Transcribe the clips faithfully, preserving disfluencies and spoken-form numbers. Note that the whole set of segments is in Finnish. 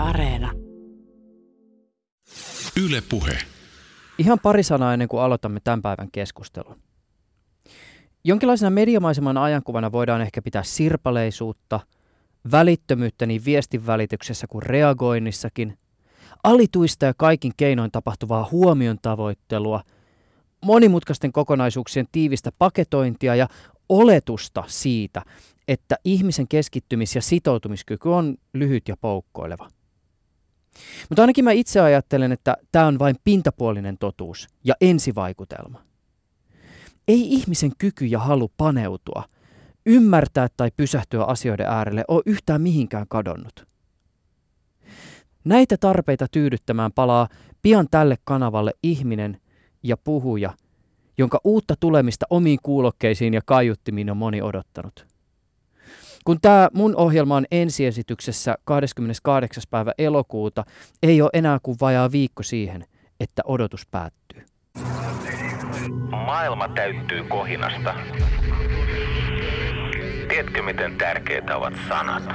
Areena. Yle Puhe. Ihan pari sanaa ennen kuin aloitamme tämän päivän keskustelun. Jonkinlaisena mediamaiseman ajankuvana voidaan ehkä pitää sirpaleisuutta, välittömyyttä niin viestin välityksessä kuin reagoinnissakin, alituista ja kaikin keinoin tapahtuvaa huomion tavoittelua, monimutkaisten kokonaisuuksien tiivistä paketointia ja oletusta siitä, että ihmisen keskittymis- ja sitoutumiskyky on lyhyt ja poukkoileva. Mutta ainakin mä itse ajattelen, että tämä on vain pintapuolinen totuus ja ensivaikutelma. Ei ihmisen kyky ja halu paneutua, ymmärtää tai pysähtyä asioiden äärelle ole yhtään mihinkään kadonnut. Näitä tarpeita tyydyttämään palaa pian tälle kanavalle ihminen ja puhuja, jonka uutta tulemista omiin kuulokkeisiin ja kaiuttimiin on moni odottanut. Kun tämä mun ohjelma on ensiesityksessä kahdeskymmeneskahdeksas päivä elokuuta, ei ole enää kuin vajaa viikko siihen, että odotus päättyy. Maailma täyttyy kohinasta. Tiedätkö, miten tärkeitä ovat sanat?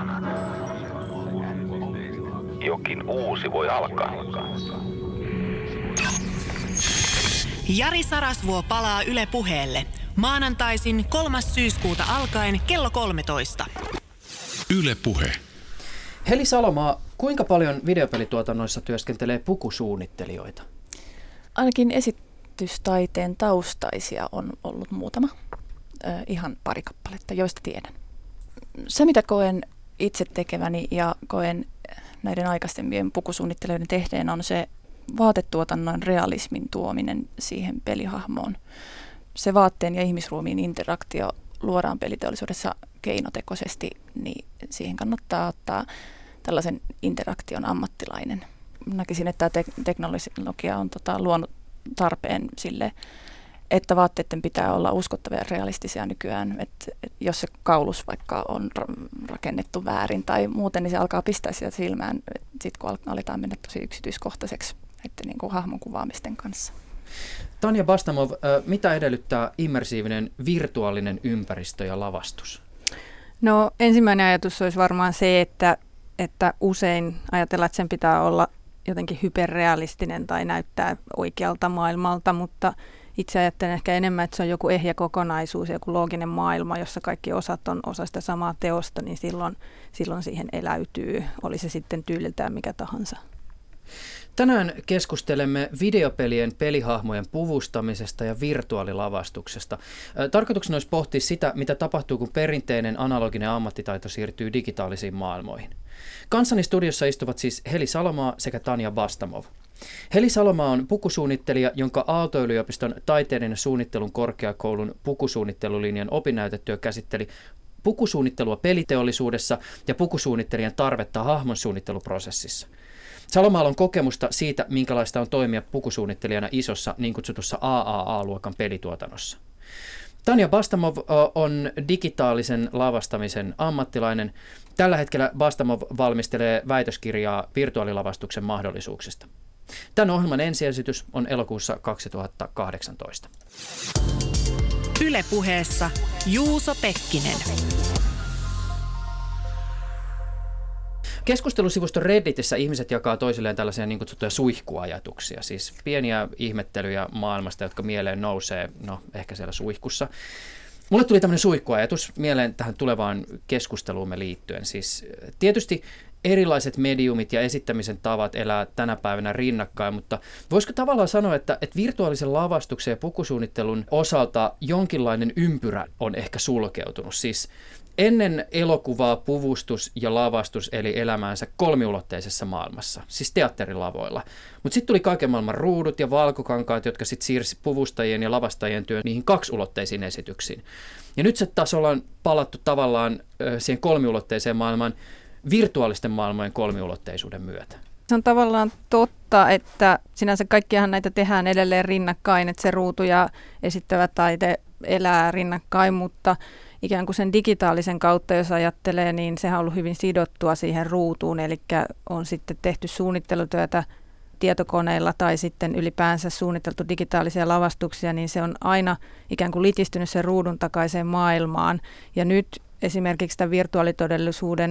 Jokin uusi voi alkaa. Jari Sarasvuo palaa Yle Puheelle. Maanantaisin kolmas syyskuuta alkaen kello kolmetoista. Yle Puhe. Heli Salomaa, kuinka paljon videopelituotannoissa työskentelee pukusuunnittelijoita? Ainakin esitystaiteen taustaisia on ollut muutama. Ö, ihan pari kappaletta, joista tiedän. Se, mitä koen itse tekeväni ja koen näiden aikaisempien pukusuunnittelijoiden tehteen, on se vaatetuotannon realismin tuominen siihen pelihahmoon. Se vaatteen ja ihmisruumiin interaktio luodaan peliteollisuudessa keinotekoisesti, niin siihen kannattaa ottaa tällaisen interaktion ammattilainen. Näkisin, että tämä te- teknologia on tota, luonut tarpeen sille, että vaatteiden pitää olla uskottavia ja realistisia nykyään. Et, et jos se kaulus vaikka on ra- rakennettu väärin tai muuten, niin se alkaa pistää sitä silmään, sitten kun aletaan mennä tosi yksityiskohtaiseksi että niin kuin hahmon kuvaamisten kanssa. Tanja Bastamov, mitä edellyttää immersiivinen virtuaalinen ympäristö ja lavastus? No ensimmäinen ajatus olisi varmaan se, että, että usein ajatellaan, että sen pitää olla jotenkin hyperrealistinen tai näyttää oikealta maailmalta, mutta itse ajattelen ehkä enemmän, että se on joku ehjä kokonaisuus, joku looginen maailma, jossa kaikki osat on osa sitä samaa teosta, niin silloin, silloin siihen eläytyy, oli se sitten tyyliltään mikä tahansa. Tänään keskustelemme videopelien pelihahmojen puvustamisesta ja virtuaalilavastuksesta. Tarkoituksena olisi pohtia sitä, mitä tapahtuu, kun perinteinen analoginen ammattitaito siirtyy digitaalisiin maailmoihin. Kanssani studiossa istuvat siis Heli Salomaa sekä Tanja Bastamov. Heli Salomaa on pukusuunnittelija, jonka Aalto-yliopiston taiteiden ja suunnittelun korkeakoulun pukusuunnittelulinjan opinnäytetyö käsitteli pukusuunnittelua peliteollisuudessa ja pukusuunnittelijan tarvetta hahmon suunnitteluprosessissa. Salomaalla on kokemusta siitä, minkälaista on toimia pukusuunnittelijana isossa niin kutsutussa A A A-luokan pelituotannossa. Tanja Bastamov on digitaalisen lavastamisen ammattilainen. Tällä hetkellä Bastamov valmistelee väitöskirjaa virtuaalilavastuksen mahdollisuuksista. Tämän ohjelman ensiesitys on elokuussa kaksituhattakahdeksantoista. Yle Puheessa Juuso Pekkinen. Keskustelusivuston Redditissä ihmiset jakaa toisilleen tällaisia niin kutsuttuja suihkuajatuksia, siis pieniä ihmettelyjä maailmasta, jotka mieleen nousee, no ehkä siellä suihkussa. Mulle tuli tämmöinen suihkuajatus mieleen tähän tulevaan keskusteluumme liittyen. Siis tietysti erilaiset mediumit ja esittämisen tavat elää tänä päivänä rinnakkain, mutta voisiko tavallaan sanoa, että, että virtuaalisen lavastuksen ja pukusuunnittelun osalta jonkinlainen ympyrä on ehkä sulkeutunut, siis ennen elokuvaa puvustus ja lavastus eli elämäänsä kolmiulotteisessa maailmassa, siis teatterilavoilla. Mutta sitten tuli kaiken maailman ruudut ja valkokankaat, jotka sitten siirsi puvustajien ja lavastajien työn niihin kaksiulotteisiin esityksiin. Ja nyt se taas ollaan palattu tavallaan ö, siihen kolmiulotteiseen maailmaan virtuaalisten maailmojen kolmiulotteisuuden myötä. Se on tavallaan totta, että sinänsä kaikkiahan näitä tehdään edelleen rinnakkain, että se ruutu ja esittävä taide elää rinnakkain, mutta ikään kuin sen digitaalisen kautta, jos ajattelee, niin sehän on ollut hyvin sidottua siihen ruutuun, eli on sitten tehty suunnittelutyötä tietokoneilla tai sitten ylipäänsä suunniteltu digitaalisia lavastuksia, niin se on aina ikään kuin litistynyt sen ruudun takaiseen maailmaan. Ja nyt esimerkiksi tämän virtuaalitodellisuuden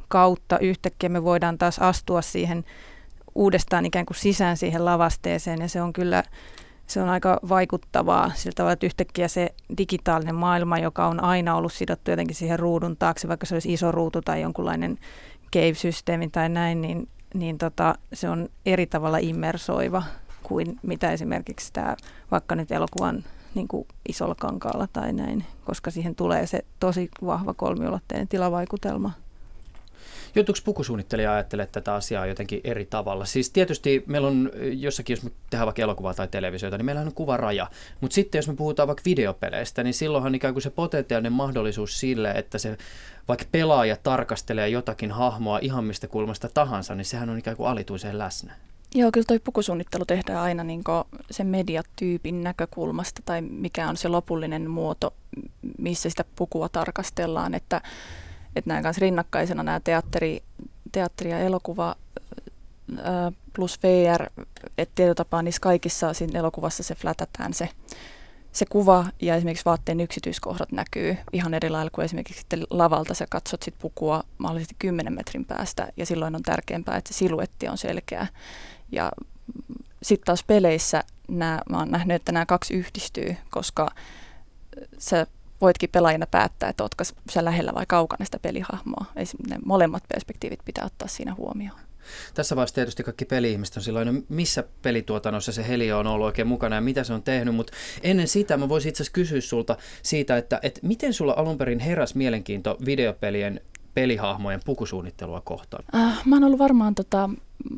kautta yhtäkkiä me voidaan taas astua siihen uudestaan ikään kuin sisään siihen lavasteeseen, ja se on kyllä se on aika vaikuttavaa sillä tavalla, että yhtäkkiä se digitaalinen maailma, joka on aina ollut sidottu jotenkin siihen ruudun taakse, vaikka se olisi iso ruutu tai jonkunlainen cave-systeemi tai näin, niin, niin tota, se on eri tavalla immersoiva kuin mitä esimerkiksi tämä vaikka nyt elokuvan niin kuin isolla kankaalla tai näin, koska siihen tulee se tosi vahva kolmiulotteinen tilavaikutelma. Joutuuko pukusuunnittelija ajattelemaan tätä asiaa jotenkin eri tavalla? Siis tietysti meillä on jossakin, jos me tehdään vaikka elokuvaa tai televisiota, niin meillähän on kuvaraja. Mutta sitten jos me puhutaan vaikka videopeleistä, niin silloinhan ikään kuin se potentiaalinen mahdollisuus sille, että se vaikka pelaaja tarkastelee jotakin hahmoa ihan mistä kulmasta tahansa, niin sehän on ikään kuin alituiseen läsnä. Joo, kyllä toi pukusuunnittelu tehdään aina niin sen mediatyypin näkökulmasta tai mikä on se lopullinen muoto, missä sitä pukua tarkastellaan, että Että nämä kanssa rinnakkaisena nämä teatteri, teatteri ja elokuva ää, plus V R, että tietyllä tapaa niissä kaikissa siinä elokuvassa se flätätään se, se kuva ja esimerkiksi vaatteen yksityiskohdat näkyy ihan eri lailla kuin esimerkiksi sitten lavalta sä katsot sit pukua mahdollisesti kymmenen metrin päästä ja silloin on tärkeämpää, että se siluetti on selkeä. Ja sitten taas peleissä nämä, mä oon nähnyt, että nämä kaksi yhdistyy, koska sä voitkin pelaajana päättää, että ootko sä lähellä vai kaukana sitä pelihahmoa. Ne molemmat perspektiivit pitää ottaa siinä huomioon. Tässä vaiheessa tietysti kaikki peli-ihmiset on silloin, missä pelituotannossa se Helio on ollut oikein mukana ja mitä se on tehnyt, mutta ennen sitä mä voisin itse asiassa kysyä sulta siitä, että, että miten sulla alun perin heräsi mielenkiinto videopelien pelihahmojen pukusuunnittelua kohtaan? Äh, mä oon ollut varmaan tota,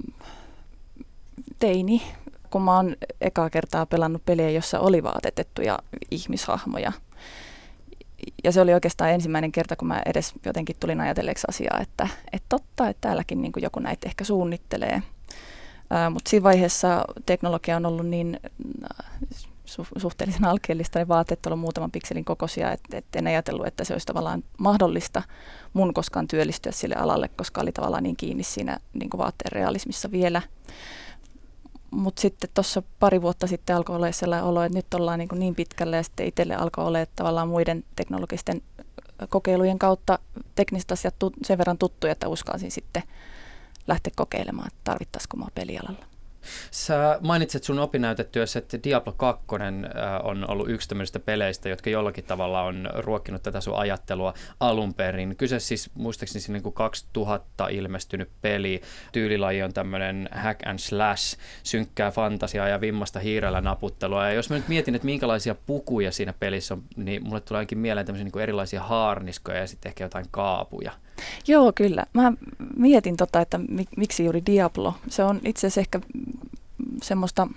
teini, kun mä oon ekaa kertaa pelannut pelejä, jossa oli vaatetettuja ihmishahmoja. Ja se oli oikeastaan ensimmäinen kerta, kun mä edes jotenkin tulin ajatelleeksi asiaa, että, että totta, että täälläkin niin kuin joku näitä ehkä suunnittelee. Ää, mutta siinä vaiheessa teknologia on ollut niin su- suhteellisen alkeellista, ja vaatteet on ollut muutaman pikselin kokoisia, että, että en ajatellut, että se olisi tavallaan mahdollista mun koskaan työllistyä sille alalle, koska oli tavallaan niin kiinni siinä niin kuin vaatteen realismissa vielä. Mutta sitten tuossa pari vuotta sitten alkoi olla sellainen olo, että nyt ollaan niin, niin pitkälle ja sitten itselle alkoi olla tavallaan muiden teknologisten kokeilujen kautta tekniset asiat sen verran tuttuja, että uskalsin sitten lähteä kokeilemaan, että tarvittaisiko mua pelialalla. Sä mainitset sun opinnäytetyössä, että Diablo kaksi on ollut yksi tämmöisistä peleistä, jotka jollakin tavalla on ruokkinut tätä sun ajattelua alun perin. Kyse siis muistaakseni siinä niin kaksituhatta ilmestynyt peli. Tyylilaji on tämmöinen hack and slash, synkkää fantasiaa ja vimmasta hiirellä naputtelua. Ja jos mä nyt mietin, että minkälaisia pukuja siinä pelissä on, niin mulle tulee ainakin mieleen tämmöisiä niin kuin erilaisia haarniskoja ja sitten ehkä jotain kaapuja. Joo, kyllä. Mä mietin tota, että miksi juuri Diablo. Se on itse asiassa ehkä semmoista,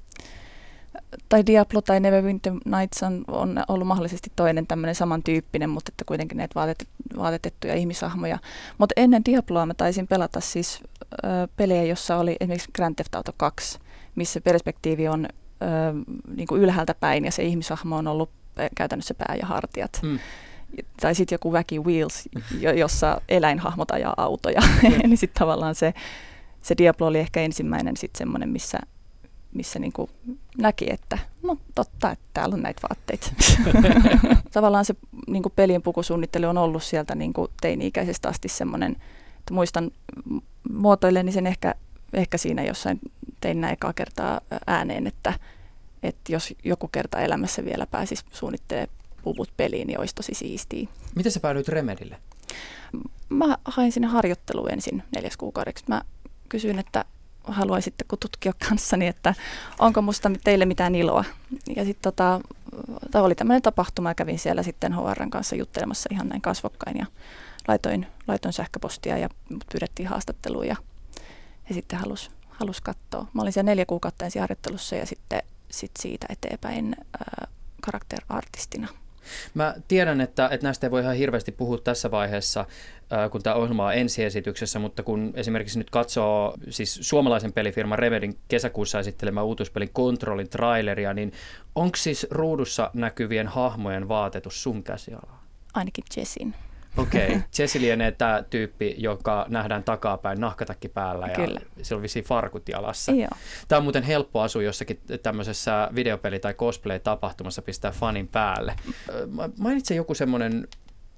tai Diablo tai Neverwinter Nights on, on ollut mahdollisesti toinen tämmöinen samantyyppinen, mutta että kuitenkin näitä vaatet, vaatetettuja ihmishahmoja. Mutta ennen Diabloa mä taisin pelata siis ö, pelejä, jossa oli esimerkiksi Grand Theft Auto kaksi, missä perspektiivi on ö, niin kuin ylhäältä päin ja se ihmishahmo on ollut käytännössä pää ja hartiat. Mm. Tai sitten joku Wacky Wheels, jossa eläinhahmot ajaa autoja. Eli sitten tavallaan se, se Diablo oli ehkä ensimmäinen sitten semmoinen, missä, missä niinku näki, että no totta, että täällä on näitä vaatteita. Tavallaan se niinku pelien pukusuunnittelu on ollut sieltä niinku teini-ikäisestä asti semmoinen, että muistan muotoilleni sen ehkä, ehkä siinä jossain tein näin ekaa kertaa ääneen, että, että jos joku kerta elämässä vielä pääsisi suunnittelemaan puvut peliin, niin olisi tosi siistiä. Miten sä päädyit Remedille? Mä hain sinne harjoitteluun ensin neljäs kuukaudeksi. Mä kysyin, että haluaisitteko tutkia kanssani, että onko musta teille mitään iloa. Ja sitten tota, oli tämmöinen tapahtuma ja kävin siellä sitten H R:n kanssa juttelemassa ihan näin kasvokkain ja laitoin, laitoin sähköpostia ja pyydettiin haastatteluun ja he sitten halusi halus katsoa. Mä olin siellä neljä kuukautta ensin harjoittelussa ja sitten sit siitä eteenpäin äh, karakterartistina. Mä tiedän, että, että näistä ei voi ihan hirveästi puhua tässä vaiheessa, kun tämä ohjelma on ensiesityksessä, mutta kun esimerkiksi nyt katsoo siis suomalaisen pelifirman Remedin kesäkuussa esittelemään uutuuspelin Controlin traileria, niin onko siis ruudussa näkyvien hahmojen vaatetus sun käsialaa? Ainakin Jessin. Okei, okay. Jessi lienee tämä tyyppi, joka nähdään takapäin nahkatakki päällä ja Kyllä. sillä on vissiin farkut jalassa. Joo. Tämä on muuten helppo asua jossakin tämmöisessä videopeli- tai cosplay-tapahtumassa pistää fanin päälle. Mainitse joku semmoinen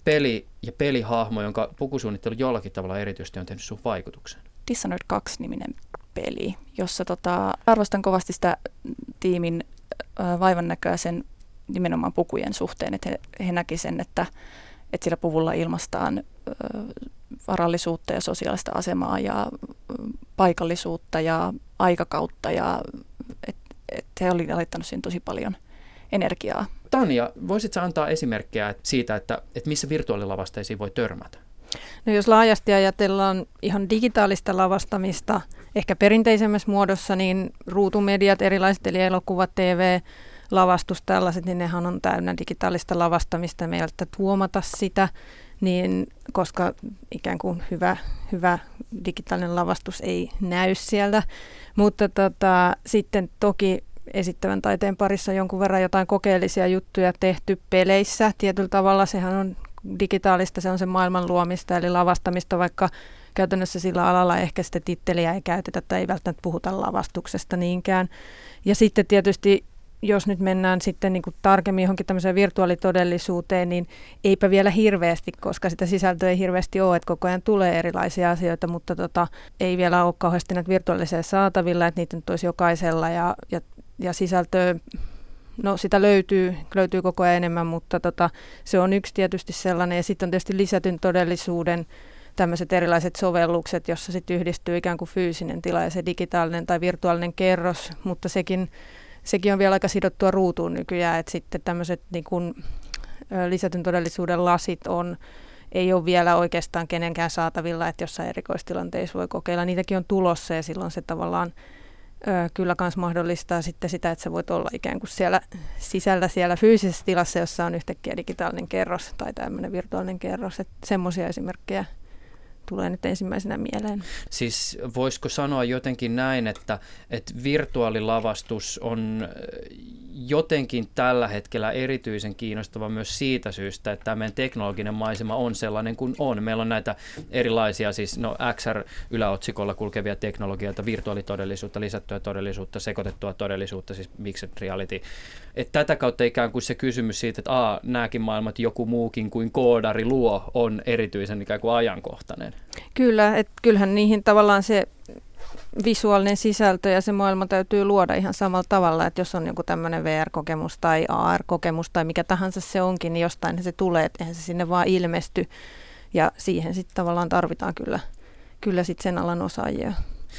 peli ja pelihahmo, jonka pukusuunnittelu jollakin tavalla erityisesti on tehnyt sun vaikutuksen? Dishonored kaksi-niminen peli, jossa tota, arvostan kovasti sitä tiimin äh, vaivannäköä sen nimenomaan pukujen suhteen, että he, he näkivät sen, että, että sillä puvulla ilmaistaan äh, varallisuutta ja sosiaalista asemaa ja äh, paikallisuutta ja aikakautta ja että et he olivat laittanut siihen tosi paljon energiaa. Tanja, voisitko antaa esimerkkejä siitä, että, että missä virtuaalilavasteisiin voi törmätä? No jos laajasti ajatellaan ihan digitaalista lavastamista, ehkä perinteisemmässä muodossa, niin ruutumediat, erilaiset eli elokuva, T V, lavastus, tällaiset, niin nehän on täynnä digitaalista lavastamista. Me ei välttämättä huomata sitä, niin, koska ikään kuin hyvä, hyvä digitaalinen lavastus ei näy sieltä. Mutta tota, sitten toki esittävän taiteen parissa jonkun verran jotain kokeellisia juttuja tehty peleissä. Tietyllä tavalla sehän on digitaalista, se on se maailman luomista, eli lavastamista, vaikka käytännössä sillä alalla ehkä sitä titteliä ei käytetä tai ei välttämättä puhuta lavastuksesta niinkään. Ja sitten tietysti, jos nyt mennään sitten niin kuin tarkemmin johonkin tämmöiseen virtuaalitodellisuuteen, niin eipä vielä hirveästi, koska sitä sisältöä ei hirveästi ole, että koko ajan tulee erilaisia asioita, mutta tota, ei vielä ole kauheasti näitä virtuaalisia saatavilla, että niitä nyt olisi jokaisella ja, ja, ja sisältöä. No sitä löytyy, löytyy koko ajan enemmän, mutta tota, se on yksi tietysti sellainen. Ja sitten on tietysti lisätyn todellisuuden tämmöiset erilaiset sovellukset, jossa sitten yhdistyy ikään kuin fyysinen tila ja se digitaalinen tai virtuaalinen kerros, mutta sekin, sekin on vielä aika sidottua ruutuun nykyään, että sitten tämmöiset niin kuin, ö, lisätyn todellisuuden lasit on, ei ole vielä oikeastaan kenenkään saatavilla, että jossain erikoistilanteissa voi kokeilla. Niitäkin on tulossa ja silloin se tavallaan Ö, kyllä myös mahdollistaa sitten sitä, että sä voit olla ikään kuin siellä sisällä siellä fyysisessä tilassa, jossa on yhtäkkiä digitaalinen kerros tai tämmöinen virtuaalinen kerros. Että semmoisia esimerkkejä tulee nyt ensimmäisenä mieleen. Siis voisiko sanoa jotenkin näin, että, että virtuaalilavastus on jotenkin tällä hetkellä erityisen kiinnostava myös siitä syystä, että tämä meidän teknologinen maisema on sellainen kuin on. Meillä on näitä erilaisia, siis no X R-yläotsikolla kulkevia teknologioita, virtuaalitodellisuutta, lisättyä todellisuutta, sekoitettua todellisuutta, siis mixed reality. Että tätä kautta ikään kuin se kysymys siitä, että a, nämäkin maailmat joku muukin kuin koodari luo, on erityisen ikään kuin ajankohtainen. Kyllä, että kyllähän niihin tavallaan se visuaalinen sisältö ja se maailma täytyy luoda ihan samalla tavalla, että jos on joku tämmöinen V R-kokemus tai A R-kokemus tai mikä tahansa se onkin, niin jostain se tulee, että eihän se sinne vaan ilmesty ja siihen sitten tavallaan tarvitaan kyllä, kyllä sit sen alan osaajia.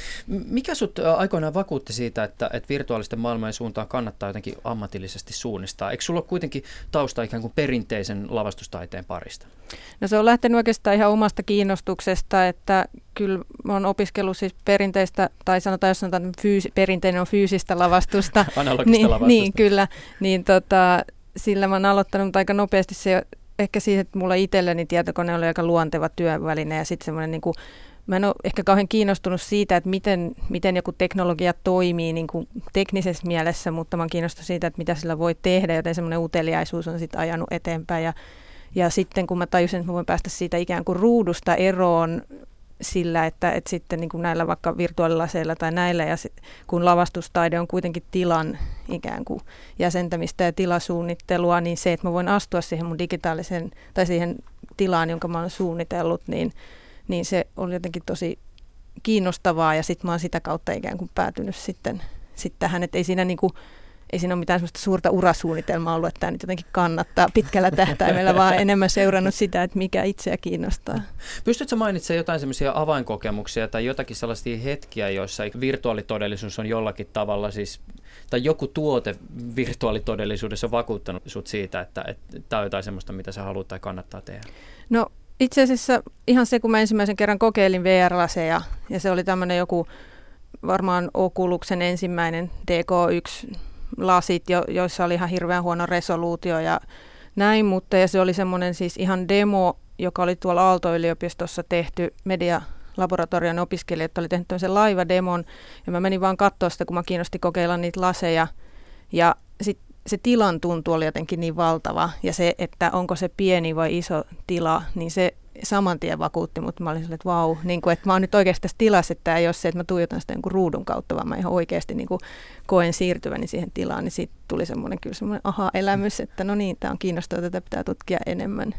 Mikä sut aikoinaan vakuutti siitä, että, että virtuaalisten maailmojen suuntaan kannattaa jotenkin ammatillisesti suunnistaa? Eikö sulla ole kuitenkin tausta ikään kuin perinteisen lavastustaiteen parista? No se on lähtenyt oikeastaan ihan omasta kiinnostuksesta, että kyllä mä oon opiskellut siis perinteistä, tai sanotaan, jos sanotaan, että fyysi, perinteinen on fyysistä lavastusta. Analogista niin, lavastusta. Niin, kyllä. Niin tota, sillä mä oon aloittanut, mutta aika nopeasti se, ehkä siihen, että mulla itselleni tietokone oli aika luonteva työväline ja sitten semmoinen niin kuin mä en ole ehkä kauhean kiinnostunut siitä, että miten, miten joku teknologia toimii niin kuin teknisessä mielessä, mutta mä oon kiinnostunut siitä, että mitä sillä voi tehdä, joten semmoinen uteliaisuus on sitten ajanut eteenpäin. Ja, ja sitten kun mä tajusin, että mä voin päästä siitä ikään kuin ruudusta eroon sillä, että, että sitten niin kuin näillä vaikka virtuaalilaseilla tai näillä, ja sit, kun lavastustaide on kuitenkin tilan ikään kuin jäsentämistä ja tilasuunnittelua, niin se, että mä voin astua siihen mun digitaaliseen tai siihen tilaan, jonka mä oon suunnitellut, niin niin se oli jotenkin tosi kiinnostavaa ja sitten mä oon sitä kautta ikään kuin päätynyt sitten, sitten tähän, että ei siinä, niin kuin, ei siinä ole mitään sellaista suurta urasuunnitelmaa ollut, että tämä nyt jotenkin kannattaa pitkällä tähtäimellä, vaan enemmän seurannut sitä, että mikä itseä kiinnostaa. Pystytkö mainitsemaan jotain sellaisia avainkokemuksia tai jotakin sellaisia hetkiä, joissa virtuaalitodellisuus on jollakin tavalla siis, tai joku tuote virtuaalitodellisuudessa on vakuuttanut sut siitä, että, että tämä on jotain sellaista, mitä sä haluat tai kannattaa tehdä? No itse asiassa ihan se, kun mä ensimmäisen kerran kokeilin V R-laseja, ja se oli tämmöinen joku varmaan Oculusen ensimmäinen D K yksi lasit, jo, joissa oli ihan hirveän huono resoluutio ja näin, mutta ja se oli semmoinen siis ihan demo, joka oli tuolla Aalto-yliopistossa tehty medialaboratorion opiskelijat oli tehnyt tämmöisen laivademon, ja mä menin vaan katsoa sitä, kun mä kiinnosti kokeilla niitä laseja, ja sitten se tilan tuntu oli jotenkin niin valtava, ja se, että onko se pieni vai iso tila, niin se saman tien vakuutti, mutta mä olin sellainen, että vau, niin kuin, että mä oon nyt oikeasti tässä tilassa, että tämä ei ole se, että mä tuijotan sitä niin kuin ruudun kautta, vaan mä ihan oikeasti niin kuin koen siirtyväni siihen tilaan, niin siitä tuli semmoinen kyllä semmoinen aha-elämys, että no niin, tämä on kiinnostavaa, tätä pitää tutkia enemmän.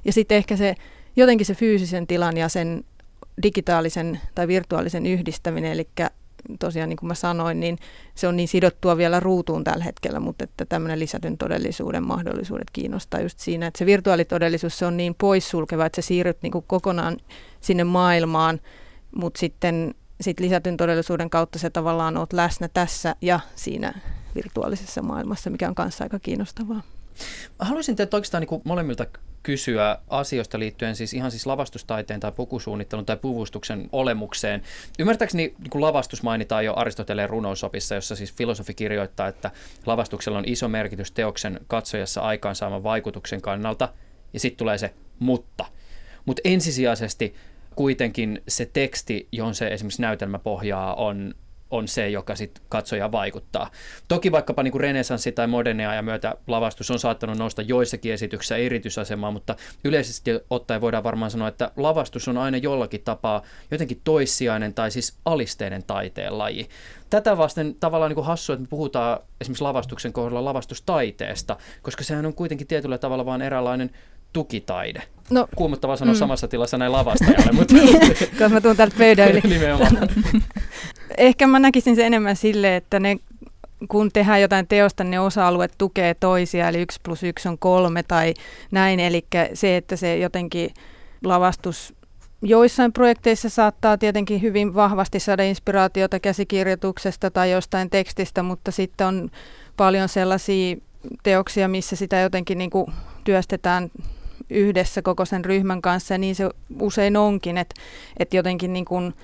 Ja sitten ehkä se jotenkin se fyysisen tilan ja sen digitaalisen tai virtuaalisen yhdistäminen, eli tosiaan niin kuin mä sanoin, niin se on niin sidottua vielä ruutuun tällä hetkellä, mutta että tämmöinen lisätyn todellisuuden mahdollisuudet kiinnostaa just siinä, että se virtuaalitodellisuus se on niin poissulkeva, että sä siirryt niin kuin kokonaan sinne maailmaan, mutta sitten sit lisätyn todellisuuden kautta sä tavallaan oot läsnä tässä ja siinä virtuaalisessa maailmassa, mikä on kanssa aika kiinnostavaa. Haluaisin teiltä oikeastaan niin kuin molemmilta kysyä asioista liittyen siis ihan siis lavastustaiteen tai pukusuunnittelun tai puvustuksen olemukseen. Ymmärtääkseni niin kuin lavastus mainitaan jo Aristoteleen runousopissa, jossa siis filosofi kirjoittaa, että lavastuksella on iso merkitys teoksen katsojassa aikaansaaman vaikutuksen kannalta, ja sitten tulee se mutta. Mutta ensisijaisesti kuitenkin se teksti, johon se esimerkiksi näytelmä pohjaa, on on se, joka sitten katsojaa vaikuttaa. Toki vaikkapa niin kuin renesanssi tai modernia ja myötä lavastus on saattanut nousta joissakin esityksissä erityisasemaan, mutta yleisesti ottaen voidaan varmaan sanoa, että lavastus on aina jollakin tapaa jotenkin toissijainen tai siis alisteinen taiteen laji. Tätä vasten tavallaan niin kuin hassua, että me puhutaan esimerkiksi lavastuksen kohdalla lavastustaiteesta, koska sehän on kuitenkin tietyllä tavalla vaan eräänlainen tukitaide. No, kuumottavaa sanoa mm. samassa tilassa näin lavastajalle, mutta koska mä tuun täältä pöydän yli. Nimenomaan. Ehkä mä näkisin se enemmän silleen, että ne, kun tehdään jotain teosta, ne osa-alueet tukee toisia, eli yksi plus yksi on kolme tai näin. Eli se, että se jotenkin lavastus joissain projekteissa saattaa tietenkin hyvin vahvasti saada inspiraatiota käsikirjoituksesta tai jostain tekstistä, mutta sitten on paljon sellaisia teoksia, missä sitä jotenkin niin kuin työstetään yhdessä koko sen ryhmän kanssa, ja niin se usein onkin, että, että jotenkin niin kuin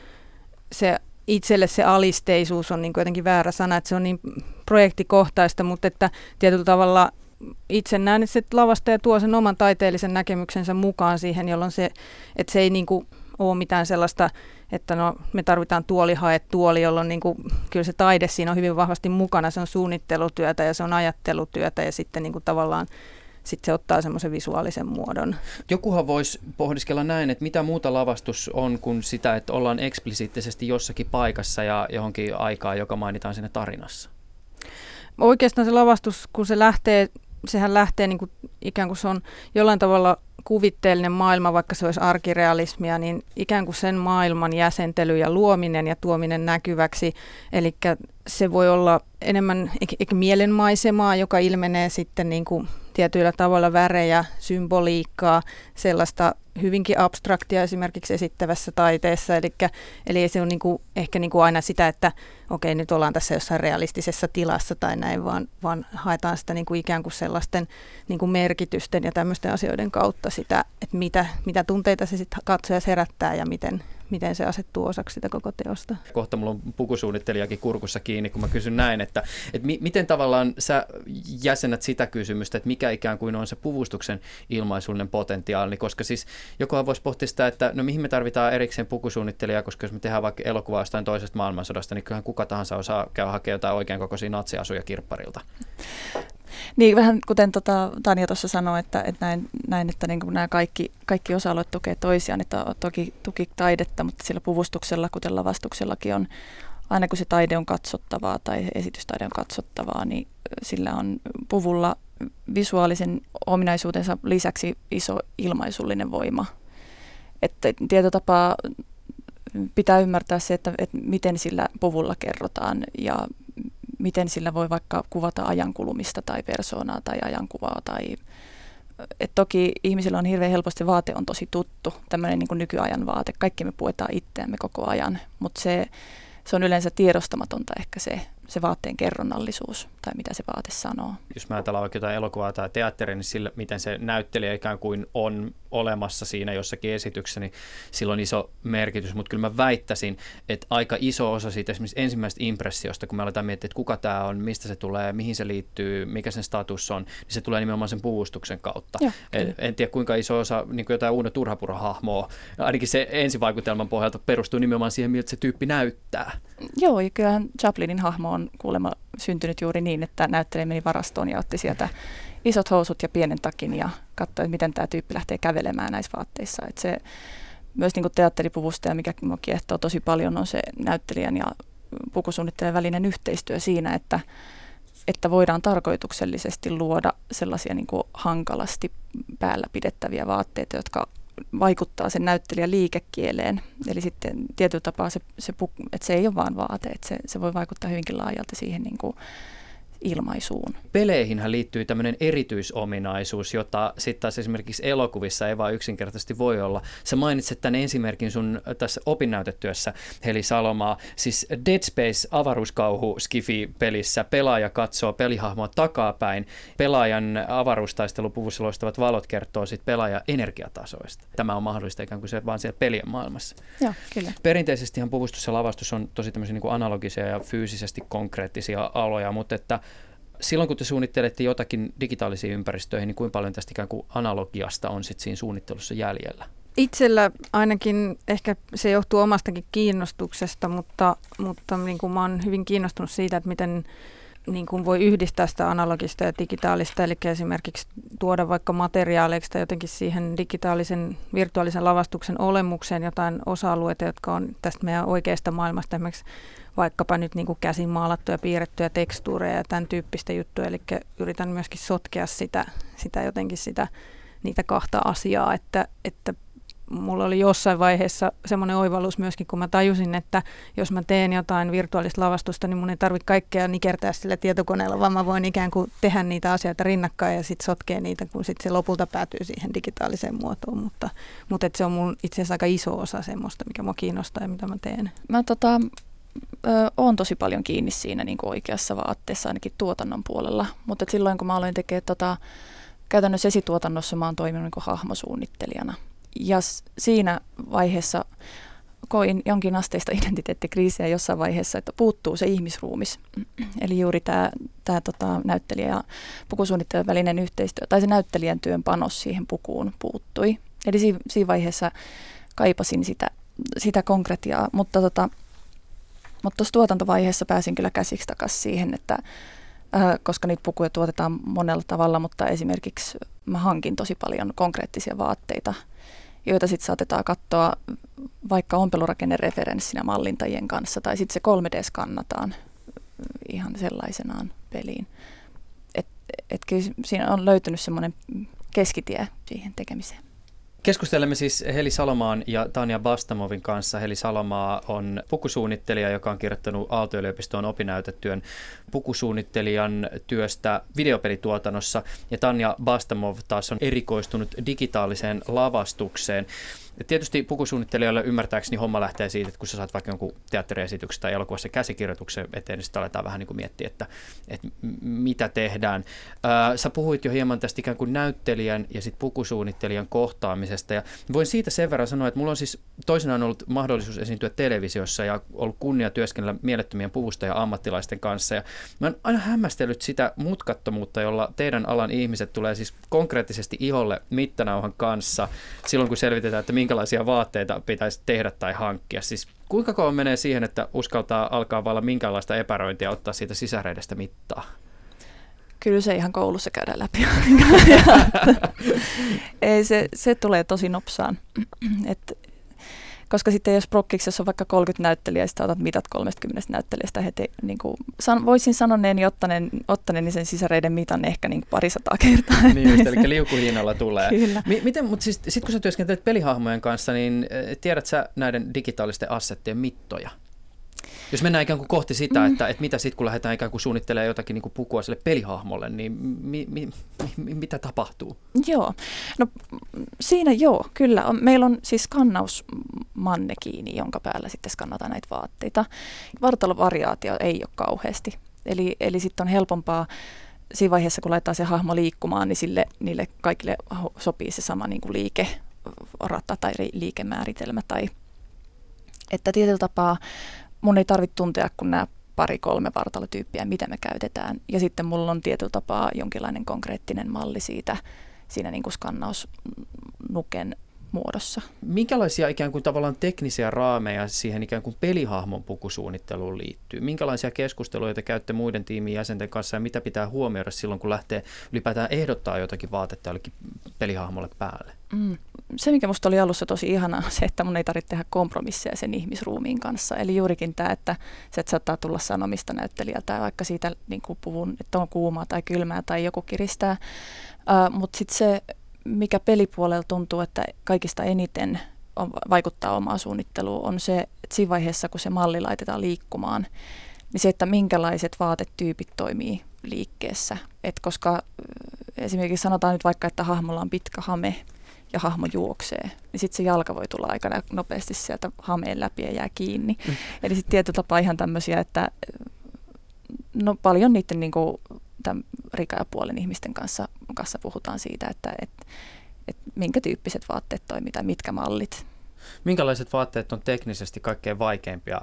se itselle se alisteisuus on niin kuin jotenkin väärä sana, että se on niin projektikohtaista, mutta että tietyllä tavalla itse näen, että se lavastaja tuo sen oman taiteellisen näkemyksensä mukaan siihen, jolloin se, että se ei niin kuin ole mitään sellaista, että no, me tarvitaan tuoli, hae tuoli, jolloin niin kuin, kyllä se taide siinä on hyvin vahvasti mukana, se on suunnittelutyötä ja se on ajattelutyötä ja sitten niin kuin tavallaan sitten se ottaa semmoisen visuaalisen muodon. Jokuhan voisi pohdiskella näin, että mitä muuta lavastus on kuin sitä, että ollaan eksplisiittisesti jossakin paikassa ja johonkin aikaan, joka mainitaan siinä tarinassa. Oikeastaan se lavastus, kun se lähtee, sehän lähtee niin kuin ikään kuin se on jollain tavalla kuvitteellinen maailma, vaikka se olisi arkirealismia, niin ikään kuin sen maailman jäsentely ja luominen ja tuominen näkyväksi. Eli se voi olla enemmän eikä mielenmaisemaa, joka ilmenee sitten niin kuin tietyillä tavalla värejä, symboliikkaa, sellaista hyvinkin abstraktia esimerkiksi esittävässä taiteessa. Eli, eli se on niin kuin, ehkä niin kuin aina sitä, että okei, nyt ollaan tässä jossain realistisessa tilassa tai näin, vaan, vaan haetaan sitä niin kuin ikään kuin sellaisten niin kuin merkitysten ja tämmöisten asioiden kautta sitä, että mitä, mitä tunteita se sitten katsoja herättää ja miten, miten se asettuu osaksi sitä koko teosta. Kohta mulla on pukusuunnittelijakin kurkussa kiinni, kun mä kysyn näin, että, että mi- miten tavallaan sä jäsenät sitä kysymystä, että mikä ikään kuin on se puvustuksen ilmaisullinen potentiaali, koska siis jokuhan voisi pohtia sitä, että no mihin me tarvitaan erikseen pukusuunnittelijaa, koska jos me tehdään vaikka elokuvaa jostain toisesta maailmansodasta, niin kyllähän kuka tahansa osaa käydä hakemaan jotain oikein kokoisia natsiasuja kirpparilta. Niin, vähän kuten tota, Tanja tuossa sanoi, että, että näin, näin, että niin kuin nämä kaikki, kaikki osa-alueet tukee toisiaan, että on toki tuki taidetta, mutta sillä puvustuksella, kuten lavastuksellakin on, aina kun se taide on katsottavaa tai esitystaide on katsottavaa, niin sillä on puvulla visuaalisen ominaisuutensa lisäksi iso ilmaisullinen voima. Että tietyllä tapaa pitää ymmärtää se, että, että miten sillä puvulla kerrotaan ja miten sillä voi vaikka kuvata ajankulumista tai persoonaa tai ajankuvaa. Tai, et toki ihmisillä on hirveän helposti, vaate on tosi tuttu, tämmöinen niin kuin nykyajan vaate. Kaikki me puetaan itseämme koko ajan, mutta se, se on yleensä tiedostamatonta ehkä se, se vaatteen kerronnallisuus tai mitä se vaate sanoo. Jos mä ajatellaan vaikka jotain elokuvaa tai teatteria, niin sillä, miten se näyttelijä ikään kuin on olemassa siinä jossakin esityksessä, niin sillä on iso merkitys, mutta kyllä mä väittäisin, että aika iso osa siitä esimerkiksi ensimmäisestä impressiosta, kun me aletaan miettiä, että kuka tämä on, mistä se tulee, mihin se liittyy, mikä sen status on, niin se tulee nimenomaan sen puvustuksen kautta. Joo, en, en tiedä kuinka iso osa niin kuin jotain Uuno Turhapuro-hahmoa, ainakin se ensivaikutelman pohjalta perustuu nimenomaan siihen, miltä se tyyppi näyttää. Joo, ja kyllähän Chaplinin hahmo on kuulemma syntynyt juuri niin, että näyttelijä meni varastoon ja otti sieltä isot housut ja pienen takin ja katsoi, että miten tämä tyyppi lähtee kävelemään näissä vaatteissa. Että se myös niin kuin teatteripuvustaja, mikä minua kiehtoo tosi paljon, on se näyttelijän ja pukusuunnittelijan välinen yhteistyö siinä, että, että voidaan tarkoituksellisesti luoda sellaisia niin kuin hankalasti päällä pidettäviä vaatteita, jotka vaikuttaa sen näyttelijän liikekieleen. Eli sitten tietyllä tapaa se, se että se ei ole vain vaate, että se, se voi vaikuttaa hyvinkin laajalti siihen niin kuin ilmaisuun. Peleihinhän liittyy tämmöinen erityisominaisuus, jota sitten taas esimerkiksi elokuvissa ei vaan yksinkertaisesti voi olla. Sä mainitset tämän esimerkin sun tässä opinnäytetyössä, Heli Salomaa. Siis Dead Space avaruuskauhu Skifi-pelissä pelaaja katsoo pelihahmoa takapäin. Pelaajan avaruustaistelupuvussa loistavat valot kertoo sitten pelaajan energiatasoista. Tämä on mahdollista ikään kuin se vaan siellä pelien maailmassa. Joo, kyllä. Perinteisestihan puvustus ja lavastus on tosi tämmöisiä niin kuin analogisia ja fyysisesti konkreettisia aloja, mutta että silloin kun te suunnittelette jotakin digitaalisiin ympäristöihin, niin kuinka paljon tästä ikään kuin analogiasta on sitten siinä suunnittelussa jäljellä? Itsellä ainakin ehkä se johtuu omastakin kiinnostuksesta, mutta, mutta niin kuin mä oon hyvin kiinnostunut siitä, että miten niin kuin voi yhdistää sitä analogista ja digitaalista, eli esimerkiksi tuoda vaikka materiaaleiksi tai jotenkin siihen digitaalisen virtuaalisen lavastuksen olemukseen jotain osa-alueita, jotka on tästä meidän oikeasta maailmasta, esimerkiksi vaikkapa nyt niin kuin käsin maalattuja, piirrettyjä tekstuureja ja tämän tyyppistä juttuja, eli yritän myöskin sotkea sitä, sitä jotenkin sitä, niitä kahta asiaa, että, että mulla oli jossain vaiheessa semmoinen oivallus myöskin, kun mä tajusin, että jos mä teen jotain virtuaalista lavastusta, niin mun ei tarvitse kaikkea nikertää sillä tietokoneella, vaan mä voin ikään kuin tehdä niitä asioita rinnakkain ja sitten sotkea niitä, kun sitten se lopulta päätyy siihen digitaaliseen muotoon. Mutta, mutta et se on mun itse asiassa aika iso osa semmoista, mikä mua kiinnostaa ja mitä mä teen. Mä tota, ö, oon tosi paljon kiinni siinä niin kuin oikeassa vaatteessa, ainakin tuotannon puolella, mutta silloin kun mä aloin tekemään tota, käytännössä esituotannossa, mä oon toiminut niin kuin hahmosuunnittelijana. Ja siinä vaiheessa koin jonkin asteista identiteettikriisiä jossain vaiheessa, että puuttuu se ihmisruumis. Eli juuri tämä, tämä tota, näyttelijä ja pukusuunnittelijan välinen yhteistyö, tai se näyttelijän työn panos siihen pukuun puuttui. Eli siinä, siinä vaiheessa kaipasin sitä, sitä konkretiaa, mutta tota, mutta tuossa tuotantovaiheessa pääsin kyllä käsiksi takaisin siihen, että äh, koska niitä pukuja tuotetaan monella tavalla, mutta esimerkiksi mä hankin tosi paljon konkreettisia vaatteita, joita sitten saatetaan katsoa vaikka ompelurakennereferenssinä mallintajien kanssa, tai sitten se kolme D-skannataan ihan sellaisenaan peliin. Et, et kyllä siinä on löytynyt semmoinen keskitie siihen tekemiseen. Keskustelemme siis Heli Salomaan ja Tanja Bastamovin kanssa. Heli Salomaa on pukusuunnittelija, joka on kirjoittanut Aalto-yliopistoon opinnäytetyön pukusuunnittelijan työstä videopelituotannossa. Ja Tanja Bastamov taas on erikoistunut digitaaliseen lavastukseen. Ja tietysti pukusuunnittelijalle ymmärtääkseni homma lähtee siitä, että kun sä saat vaikka jonkun teatteriesityksen tai elokuvassa käsikirjoituksen eteen, niin sitten aletaan vähän niin kuin miettiä, että, että mitä tehdään. Ää, sä puhuit jo hieman tästä ikään kuin näyttelijän ja sitten pukusuunnittelijan kohtaamisesta. Ja voin siitä sen verran sanoa, että mulla on siis toisenaan ollut mahdollisuus esiintyä televisiossa ja ollut kunnia työskennellä mielettömien puvustaja-ammattilaisten kanssa. Ja mä oon aina hämmästellyt sitä mutkattomuutta, jolla teidän alan ihmiset tulee siis konkreettisesti iholle mittanauhan kanssa silloin, kun selvitetään, että minkälaisia vaatteita pitäisi tehdä tai hankkia. Siis kuinka kauan menee siihen, että uskaltaa alkaa vailla minkälaista epäröintiä ottaa siitä sisäreidestä mittaa? Kyllä se ihan koulussa käydään läpi. Ei, se, se tulee tosi nopsaan. Et, koska sitten jos prokkiksessa on vaikka kolmekymmentä näyttelijää, sitten otat mitat kolmekymmentä näyttelijästä heti, niin kuin, san, voisin sanoneeni ottaneen, ottaneen sen sisäreiden mitan ehkä niin kuin parisataa kertaa. Niin just, eli liukuhinnalla tulee. Kyllä. M- miten, mutta siis, sitten kun sä työskentelet pelihahmojen kanssa, niin tiedät sä näiden digitaalisten assettien mittoja? Jos mennään ikään kuin kohti sitä, mm. että, että mitä sitten kun lähdetään ikään kuin suunnittelemaan jotakin niin kuin pukua sille pelihahmolle, niin mi, mi, mi, mitä tapahtuu? Joo, no siinä joo, kyllä. Meillä on siis skannausmannekiini, jonka päällä sitten skannataan näitä vaatteita. Vartalovariaatio ei ole kauheasti, eli, eli sitten on helpompaa siinä vaiheessa, kun laittaa se hahmo liikkumaan, niin sille, niille kaikille sopii se sama niin kuin liikerata tai liikemääritelmä. Tai, että tietyllä tapaa mun ei tarvitse tuntea kuin nämä pari-kolme vartalotyyppiä, mitä me käytetään. Ja sitten mulla on tietyllä tapaa jonkinlainen konkreettinen malli siitä siinä niin kuin skannausnuken muodossa. Minkälaisia ikään kuin tavallaan teknisiä raameja siihen ikään kuin pelihahmon pukusuunnitteluun liittyy? Minkälaisia keskusteluja te käytte muiden tiimin jäsenten kanssa ja mitä pitää huomioida silloin, kun lähtee ylipäätään ehdottaa jotakin vaatetta jollekin pelihahmolle päälle? Mm. Se, mikä musta oli alussa tosi ihanaa, on se, että mun ei tarvitse tehdä kompromisseja sen ihmisruumiin kanssa. Eli juurikin tämä, että se että saattaa tulla sanomista näyttelijältä, vaikka siitä niin kuin puvun, että on kuumaa tai kylmää tai joku kiristää. Uh, Mutta sitten se, mikä pelipuolella tuntuu, että kaikista eniten on, vaikuttaa omaan suunnitteluun, on se, että siinä vaiheessa, kun se malli laitetaan liikkumaan, niin se, että minkälaiset vaatetyypit toimii liikkeessä. Et koska esimerkiksi sanotaan nyt vaikka, että hahmolla on pitkä hame ja hahmo juoksee, niin sitten se jalka voi tulla aika nopeasti sieltä hameen läpi ja jää kiinni. Mm. Eli sitten tietyllä tapaa ihan tämmöisiä, että no paljon niiden niin kuin tämän rikajapuolen ihmisten kanssa, kanssa puhutaan siitä, että et, et minkä tyyppiset vaatteet toimii tai mitkä mallit. Minkälaiset vaatteet on teknisesti kaikkein vaikeimpia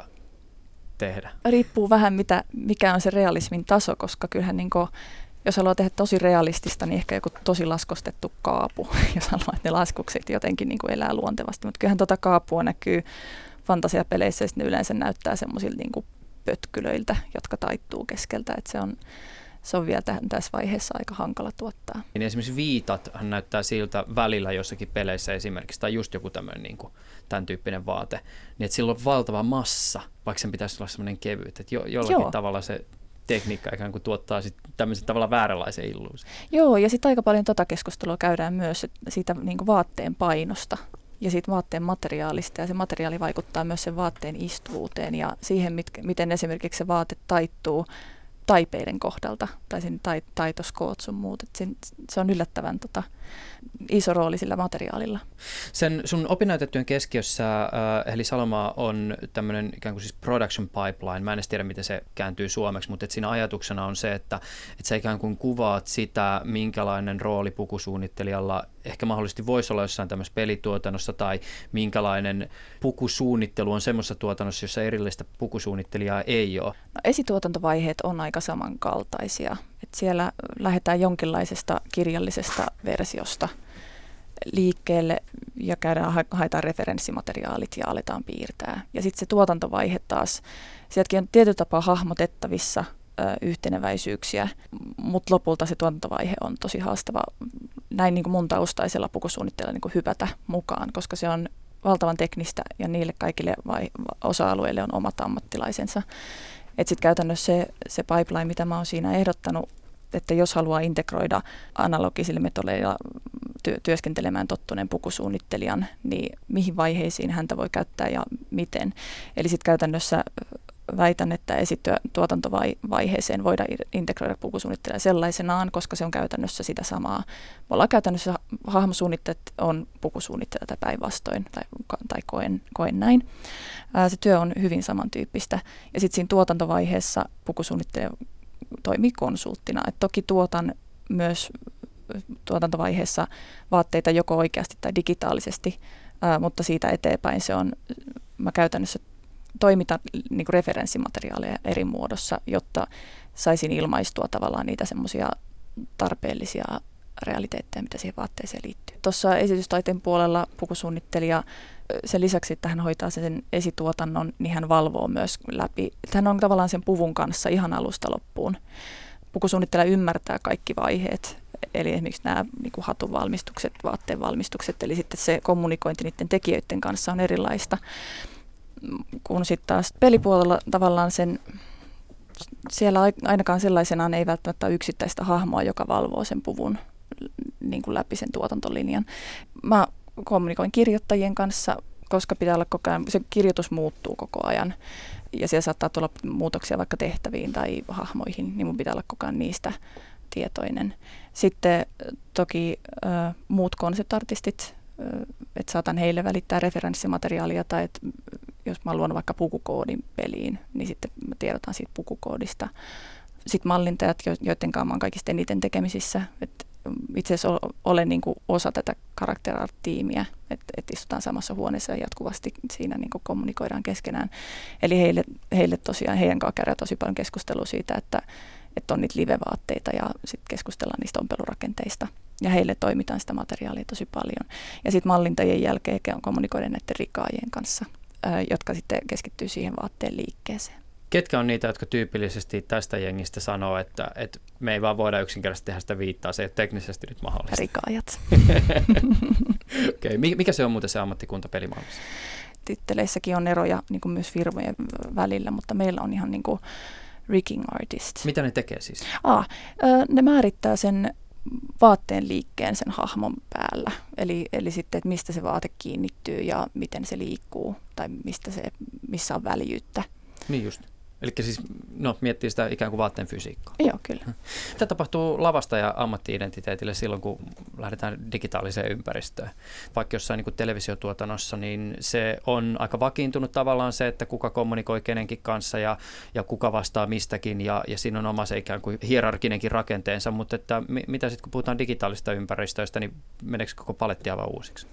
tehdä? Riippuu vähän, mitä, mikä on se realismin taso, koska kyllähän niin kuin, jos haluaa tehdä tosi realistista, niin ehkä joku tosi laskostettu kaapu, jos haluaa, että ne laskukset jotenkin niin kuin elää luontevasti. Mutta kyllähän tuota kaapua näkyy fantasiapeleissä ja ne yleensä näyttää semmoisilta niin kuin pötkylöiltä, jotka taittuu keskeltä. Että se on, se on vielä tähän, tässä vaiheessa aika hankala tuottaa. Niin esimerkiksi viitathan näyttää siltä välillä jossakin peleissä esimerkiksi, tai just joku tämmöinen niin kuin tämän tyyppinen vaate, niin että sillä on valtava massa, vaikka sen pitäisi olla semmoinen kevyt, että jo, jollakin Joo. tavalla se tekniikka ikään kuin tuottaa sit tämmöisen tavalla vääränlaisen illuusin. Joo, ja sitten aika paljon tota keskustelua käydään myös siitä niin kuin vaatteen painosta ja siitä vaatteen materiaalista, ja se materiaali vaikuttaa myös sen vaatteen istuvuuteen ja siihen, mitkä, miten esimerkiksi se vaate taittuu taipeiden kohdalta tai sen tai, taitoskoot sun muut. Sen, se on yllättävän tota, iso rooli sillä materiaalilla. Sen sun opinnäytetyön keskiössä äh, Heli Salomaa on tämmöinen ikään kuin siis production pipeline. Mä en edes tiedä, miten se kääntyy suomeksi, mutta et siinä ajatuksena on se, että et sä ikään kuin kuvaat sitä, minkälainen rooli pukusuunnittelijalla ehkä mahdollisesti voisi olla jossain tämmöisessä pelituotannossa, tai minkälainen pukusuunnittelu on semmoisessa tuotannossa, jossa erillistä pukusuunnittelijaa ei ole. No, esituotantovaiheet on aika samankaltaisia. Et siellä lähdetään jonkinlaisesta kirjallisesta versiosta liikkeelle ja käydään, haetaan referenssimateriaalit ja aletaan piirtää. Ja sitten se tuotantovaihe taas, sieltäkin on tietyllä tapaa hahmotettavissa ö, yhteneväisyyksiä, mutta lopulta se tuotantovaihe on tosi haastava näin niin kuin mun taustaisella pukusuunnitteella niin kuin hypätä mukaan, koska se on valtavan teknistä ja niille kaikille vai, osa-alueille on omat ammattilaisensa. Että sitten käytännössä se, se pipeline, mitä mä oon siinä ehdottanut, että jos haluaa integroida analogisilla metodeilla työ, työskentelemään tottuneen pukusuunnittelijan, niin mihin vaiheisiin häntä voi käyttää ja miten. Eli sitten käytännössä väitän, että esituotantovaiheeseen voidaan integroida pukusuunnittelijaa sellaisenaan, koska se on käytännössä sitä samaa. Me ollaan käytännössä hahmosuunnittelijat on pukusuunnittelijat päinvastoin, tai, tai koen, koen näin. Ää, se työ on hyvin samantyyppistä. Ja sitten siinä tuotantovaiheessa pukusuunnittelija toimii konsulttina. Et toki tuotan myös tuotantovaiheessa vaatteita joko oikeasti tai digitaalisesti, ää, mutta siitä eteenpäin se on, mä käytännössä toimitan niin kuin referenssimateriaaleja eri muodossa, jotta saisin ilmaistua tavallaan niitä semmoisia tarpeellisia realiteetteja, mitä siihen vaatteeseen liittyy. Tuossa esitystaiteen puolella pukusuunnittelija, sen lisäksi, että hän hoitaa sen esituotannon, niin hän valvoo myös läpi. Hän on tavallaan sen puvun kanssa ihan alusta loppuun. Pukusuunnittelija ymmärtää kaikki vaiheet, eli esimerkiksi nämä niin kuin hatun valmistukset, vaatteen valmistukset, eli sitten se kommunikointi niiden tekijöiden kanssa on erilaista. Kun sitten taas pelipuolella tavallaan sen, siellä ainakaan sellaisenaan ei välttämättä ole yksittäistä hahmoa, joka valvoo sen puvun niin kuin läpi sen tuotantolinjan. Mä kommunikoin kirjoittajien kanssa, koska pitää olla koko ajan, se kirjoitus muuttuu koko ajan ja siellä saattaa tulla muutoksia vaikka tehtäviin tai hahmoihin, niin mun pitää olla koko ajan niistä tietoinen. Sitten toki äh, muut konseptartistit, että saatan heille välittää referenssimateriaalia tai että jos mä luon vaikka pukukoodin peliin, niin sitten mä tiedotan siitä pukukoodista. Sitten mallintajat, joiden kanssa mä oon kaikista eniten tekemisissä. Et itse asiassa olen niin kuin osa tätä character art-tiimiä, että et istutaan samassa huoneessa ja jatkuvasti siinä niin kuin kommunikoidaan keskenään. Eli heille, heille tosiaan, heidän kanssa käydään tosi paljon keskustelua siitä, että, että on niitä live-vaatteita ja sitten keskustellaan niistä ompelurakenteista. Ja heille toimitaan sitä materiaalia tosi paljon. Ja sitten mallintajien jälkeen kommunikoidaan näiden rikaajien kanssa, jotka sitten keskittyy siihen vaatteen liikkeeseen. Ketkä on niitä, jotka tyypillisesti tästä jengistä sanoo, että, että me ei vaan voida yksinkertaisesti tehdä sitä viittaa, se ei ole teknisesti nyt mahdollista? Rikaajat. Okay. Mikä se on muuten se ammattikunta pelimaailmassa? Titteleissäkin on eroja niin kuin myös firmojen välillä, mutta meillä on ihan niin kuin rigging artists. Mitä ne tekee siis? Ah, ne määrittää sen vaatteen liikkeen sen hahmon päällä. Eli, eli sitten, että mistä se vaate kiinnittyy ja miten se liikkuu tai mistä se, missä on väljyyttä. Niin just. Eli siis no, miettii sitä ikään kuin vaatteen fysiikkaa. Joo, kyllä. Mitä tapahtuu lavasta ja ammatti-identiteetille silloin, kun lähdetään digitaaliseen ympäristöön? Vaikka jossain niin kuin televisiotuotannossa, niin se on aika vakiintunut tavallaan se, että kuka kommunikoi kenenkin kanssa ja, ja kuka vastaa mistäkin, ja, ja siinä on oma se ikään kuin hierarkinenkin rakenteensa, mutta että mitä sitten kun puhutaan digitaalista ympäristöistä, niin meneekö koko paletti aivan uusiksi?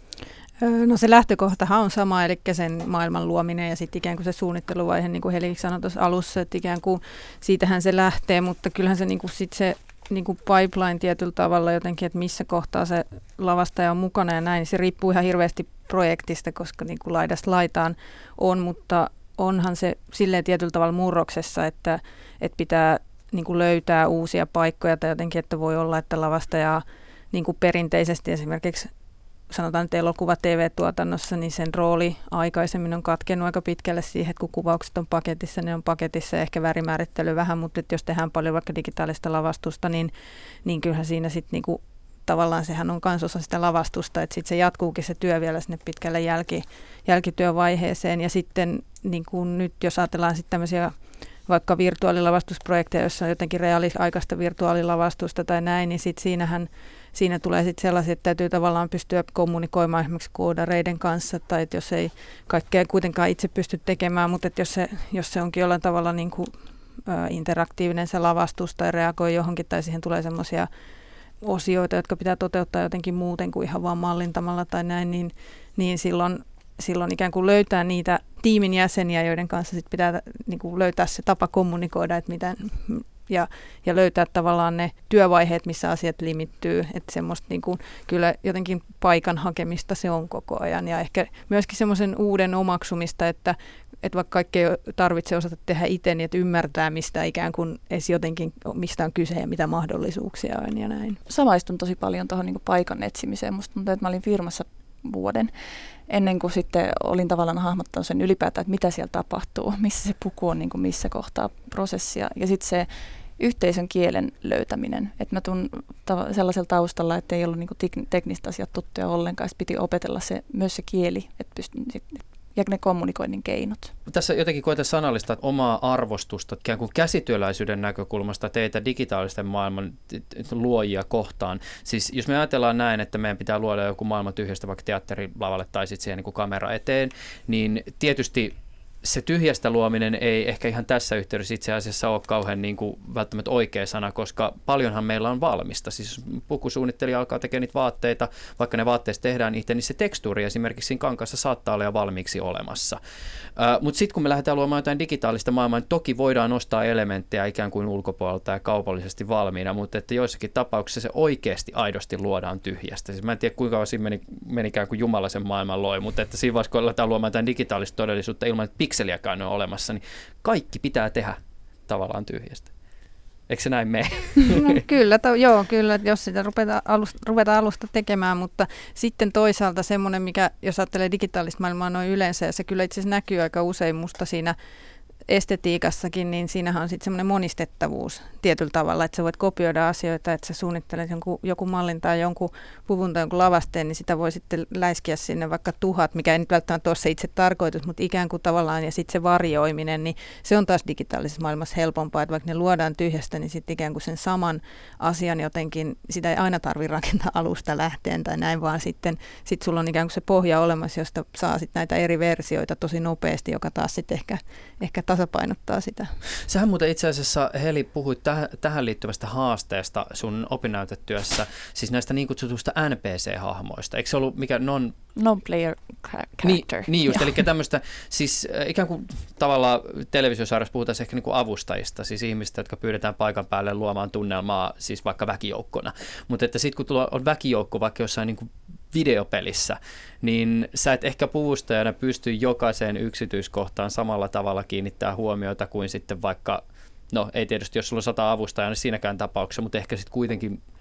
No se lähtökohtahan on sama, eli sen maailman luominen ja sitten ikään kuin se suunnitteluvaihe, niin kuin Heli sanoi tuossa alussa, että ikään kuin siitähän se lähtee, mutta kyllähän se, niin kuin sit se niin kuin pipeline tietyllä tavalla jotenkin, että missä kohtaa se lavastaja on mukana ja näin, niin se riippuu ihan hirveästi projektista, koska niin kuin laidasta laitaan on, mutta onhan se silleen tietyllä tavalla murroksessa, että, että pitää niin kuin löytää uusia paikkoja tai jotenkin, että voi olla, että lavastaja niin kuin perinteisesti esimerkiksi sanotaan nyt elokuva-T V-tuotannossa, niin sen rooli aikaisemmin on katkennut aika pitkälle siihen, että kun kuvaukset on paketissa, ne on paketissa ja ehkä värimäärittely vähän, mutta että jos tehdään paljon vaikka digitaalista lavastusta, niin, niin kyllähän siinä sitten niinku, tavallaan sehän on myös osa sitä lavastusta, että sitten se jatkuukin se työ vielä sinne pitkälle jälki, jälkityövaiheeseen ja sitten niin kuin nyt jos ajatellaan sitten tämmöisiä vaikka virtuaalilavastusprojekteja, joissa on jotenkin reaaliaikaista virtuaalilavastusta tai näin, niin sitten siinähän Siinä tulee sitten sellaisia, että täytyy tavallaan pystyä kommunikoimaan esimerkiksi koodareiden kanssa, tai että jos ei kaikkea kuitenkaan itse pysty tekemään, mutta että jos se, jos se onkin jollain tavalla niin kuin, ä, interaktiivinen se lavastus tai reagoi johonkin, tai siihen tulee semmoisia osioita, jotka pitää toteuttaa jotenkin muuten kuin ihan vaan mallintamalla tai näin, niin, niin silloin, silloin ikään kuin löytää niitä tiimin jäseniä, joiden kanssa sit pitää niin kuin löytää se tapa kommunikoida, että mitä... Ja, ja löytää tavallaan ne työvaiheet, missä asiat limittyy, että semmoista niin kuin, kyllä jotenkin paikan hakemista se on koko ajan ja ehkä myöskin semmoisen uuden omaksumista, että, että vaikka kaikki ei tarvitse osata tehdä itse, niin että ymmärtää mistä ikään kuin edes jotenkin, mistä on kyse ja mitä mahdollisuuksia on ja näin. Samaistun tosi paljon tuohon niin kuin paikan etsimiseen. Musta tuntuu, että mä olin firmassa vuoden ennen kuin sitten olin tavallaan hahmottanut sen ylipäätään, että mitä siellä tapahtuu, missä se puku on, niin kuin missä kohtaa prosessia. Ja sitten se yhteisön kielen löytäminen. Että mä tuun ta- sellaisella taustalla, että ei ollut niin kuin tek- teknistä asiat tuttuja ollenkaan. Sitten piti opetella se, myös se kieli, että pystyn, ja ne kommunikoinnin keinot. Tässä jotenkin koetaan sanallistaa omaa arvostusta ikään kuin käsityöläisyyden näkökulmasta teitä digitaalisten maailman luojia kohtaan. Siis jos me ajatellaan näin, että meidän pitää luoda joku maailman tyhjästä vaikka teatterilavalle tai sitten siihen niin kuin kamera eteen, niin tietysti se tyhjästä luominen ei ehkä ihan tässä yhteydessä itse asiassa ole kauhean niin kuin välttämättä oikea sana, koska paljonhan meillä on valmista. Siis pukusuunnittelija alkaa tekemään niitä vaatteita, vaikka ne vaatteista tehdään itse, niin se tekstuuri esimerkiksi siinä kankaassa saattaa olla jo valmiiksi olemassa. Uh, mutta sitten kun me lähdetään luomaan jotain digitaalista maailmaa, niin toki voidaan nostaa elementtejä ikään kuin ulkopuolelta ja kaupallisesti valmiina, mutta että joissakin tapauksissa se oikeasti aidosti luodaan tyhjästä. Siis mä en tiedä kuinka kauan siinä meni, meni ikään kuin Jumala sen maailman loi, mutta että siinä vaiheessa kun aletaan luomaan jotain digitaalista todellisuutta ilman, että pikseliäkään on olemassa, niin kaikki pitää tehdä tavallaan tyhjästä. Eikö se näin mene? No, kyllä, to, joo, kyllä, jos sitä ruvetaan alusta, ruvetaan alusta tekemään, mutta sitten toisaalta semmoinen, mikä, jos ajattelee digitaalista maailmaa noin yleensä, ja se kyllä itse asiassa näkyy aika usein musta siinä estetiikassakin, niin siinähän on sitten semmoinen monistettavuus tietyllä tavalla, että sä voit kopioida asioita, että sä suunnittelet jonkun, joku mallin tai jonkun puvun tai jonkun lavasteen, niin sitä voi sitten läiskiä sinne vaikka tuhat, mikä ei nyt välttämättä ole se itse tarkoitus, mutta ikään kuin tavallaan, ja sitten se varjoiminen, niin se on taas digitaalisessa maailmassa helpompaa, että vaikka ne luodaan tyhjästä, niin sitten ikään kuin sen saman asian jotenkin, sitä ei aina tarvitse rakentaa alusta lähteen tai näin, vaan sitten sit sulla on ikään kuin se pohja olemassa, josta saa sitten näitä eri versioita tosi nopeasti, joka taas sitten ehkä, ehkä tasapainottaa sitä. Sähän muuten itse asiassa, Heli, puhuit täh- tähän liittyvästä haasteesta sun opinnäytetyössä, siis näistä niin kutsutusta N P C-hahmoista. Eikö se ollut mikä non... Non-player character. Niin, niin just, eli tämmöistä, siis ikään kuin tavallaan televisiosarjassa puhutaan ehkä niin kuin avustajista, siis ihmistä, jotka pyydetään paikan päälle luomaan tunnelmaa, siis vaikka väkijoukkona. Mutta että sitten kun on väkijoukko vaikka jossain niin kuin videopelissä, niin sä et ehkä puvustajana pysty jokaiseen yksityiskohtaan samalla tavalla kiinnittää huomiota kuin sitten vaikka, no ei tietysti jos sulla on sata avustajaa, niin siinäkään tapauksessa, mutta ehkä sitten kuitenkin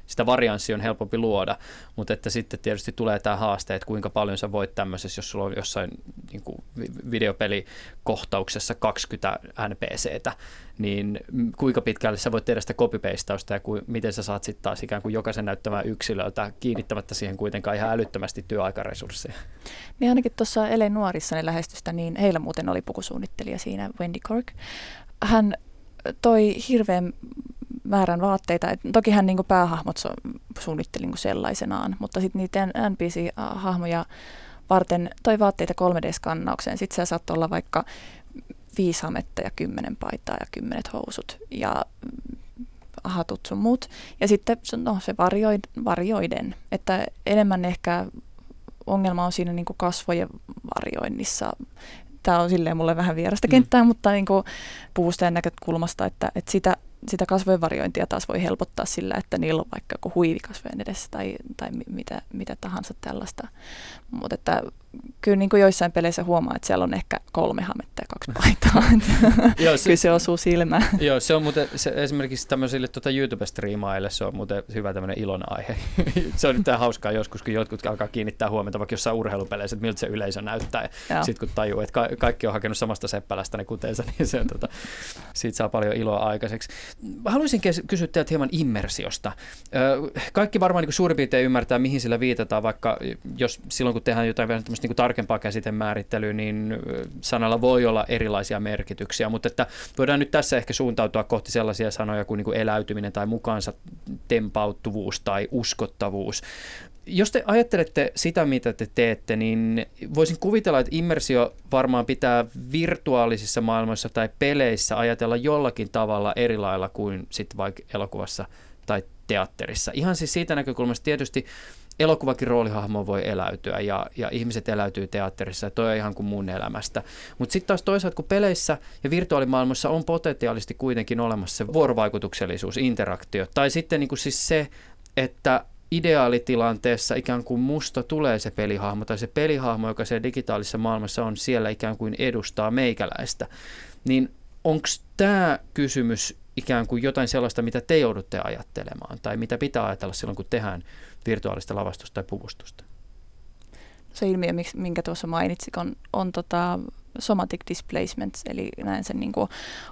sitä varianssia on helpompi luoda, mutta että sitten tietysti tulee tämä haaste, että kuinka paljon sä voit tämmöisessä, jos sulla on jossain niin kuin videopelikohtauksessa kaksikymmentä N P C:tä, niin kuinka pitkälle sä voit tehdä sitä copy-pastausta ja ku, miten sä saat sitten taas ikään kuin jokaisen näyttämään yksilöltä kiinnittämättä siihen kuitenkaan ihan älyttömästi työaikaresursseja. Niin ainakin tuossa L A Nuorissa ne lähestystä, niin heillä muuten oli pukusuunnittelija siinä, Wendy Cork. Hän toi hirveän määrän vaatteita. Et toki hän niin kuin päähahmot su- suunnitteli niin kuin sellaisenaan, mutta sitten niitä N P C-hahmoja varten toi vaatteita kolme D-skannaukseen. Sitten sä saat olla vaikka viisi hametta ja kymmenen paitaa ja kymmenet housut ja hatut sun muut. Ja sitten no, se varioid, varioiden, että enemmän ehkä ongelma on siinä niin kuin kasvojen varioinnissa. Tämä on silleen mulle vähän vierasta kenttää, mm. mutta niin kuin puvustajan näkökulmasta, että, että sitä, sitä kasvojen variointia taas voi helpottaa sillä, että niillä on vaikka joku huivi kasvojen edessä tai, tai mitä, mitä tahansa tällaista. Mutta että kyllä niin kuin joissain peleissä huomaa, että siellä on ehkä kolme hametta ja kaksi paitaa. Joo, se, kyllä se osuu silmään. Joo, se on muuten, se, esimerkiksi tämmöisille tuota YouTube-striimaille se on muuten hyvä tämmöinen ilon aihe. Se on nyt hauskaa joskus, kun jotkut alkaa kiinnittää huomiota vaikka jossain urheilupeleissä, että miltä se yleisö näyttää. Sitten kun tajuu, että ka- kaikki on hakenut samasta seppälästä ne kuteensa, niin se on, tuota, siitä saa paljon iloa aikaiseksi. Haluaisin kes- kysyä teiltä hieman immersiosta. Kaikki varmaan niin suurin piirtein ymmärtää, mihin sillä viitataan, vaikka jos silloin kun tehdään jotain vähän niin kuin tarkempaa käsitemäärittelyä, niin sanalla voi olla erilaisia merkityksiä, mutta että voidaan nyt tässä ehkä suuntautua kohti sellaisia sanoja kuin, niin kuin eläytyminen tai mukaansa tempauttuvuus tai uskottavuus. Jos te ajattelette sitä, mitä te teette, niin voisin kuvitella, että immersio varmaan pitää virtuaalisissa maailmoissa tai peleissä ajatella jollakin tavalla eri lailla kuin sitten vaikka elokuvassa tai teatterissa. Ihan siis siitä näkökulmasta tietysti elokuvakin roolihahmo voi eläytyä ja, ja ihmiset eläytyy teatterissa ja toi on ihan kuin mun elämästä. Mutta sitten taas toisaalta, kun peleissä ja virtuaalimaailmassa on potentiaalisesti kuitenkin olemassa se vuorovaikutuksellisuus, interaktio, tai sitten niin kuin siis se, että ideaalitilanteessa ikään kuin musta tulee se pelihahmo tai se pelihahmo, joka siellä digitaalisessa maailmassa on siellä ikään kuin edustaa meikäläistä, niin onko tämä kysymys ikään kuin jotain sellaista, mitä te joudutte ajattelemaan tai mitä pitää ajatella silloin, kun tehdään virtuaalista lavastusta tai puvustusta? Se ilmiö, minkä tuossa mainitsin, on, on tota somatic displacement, eli näen sen niin kuin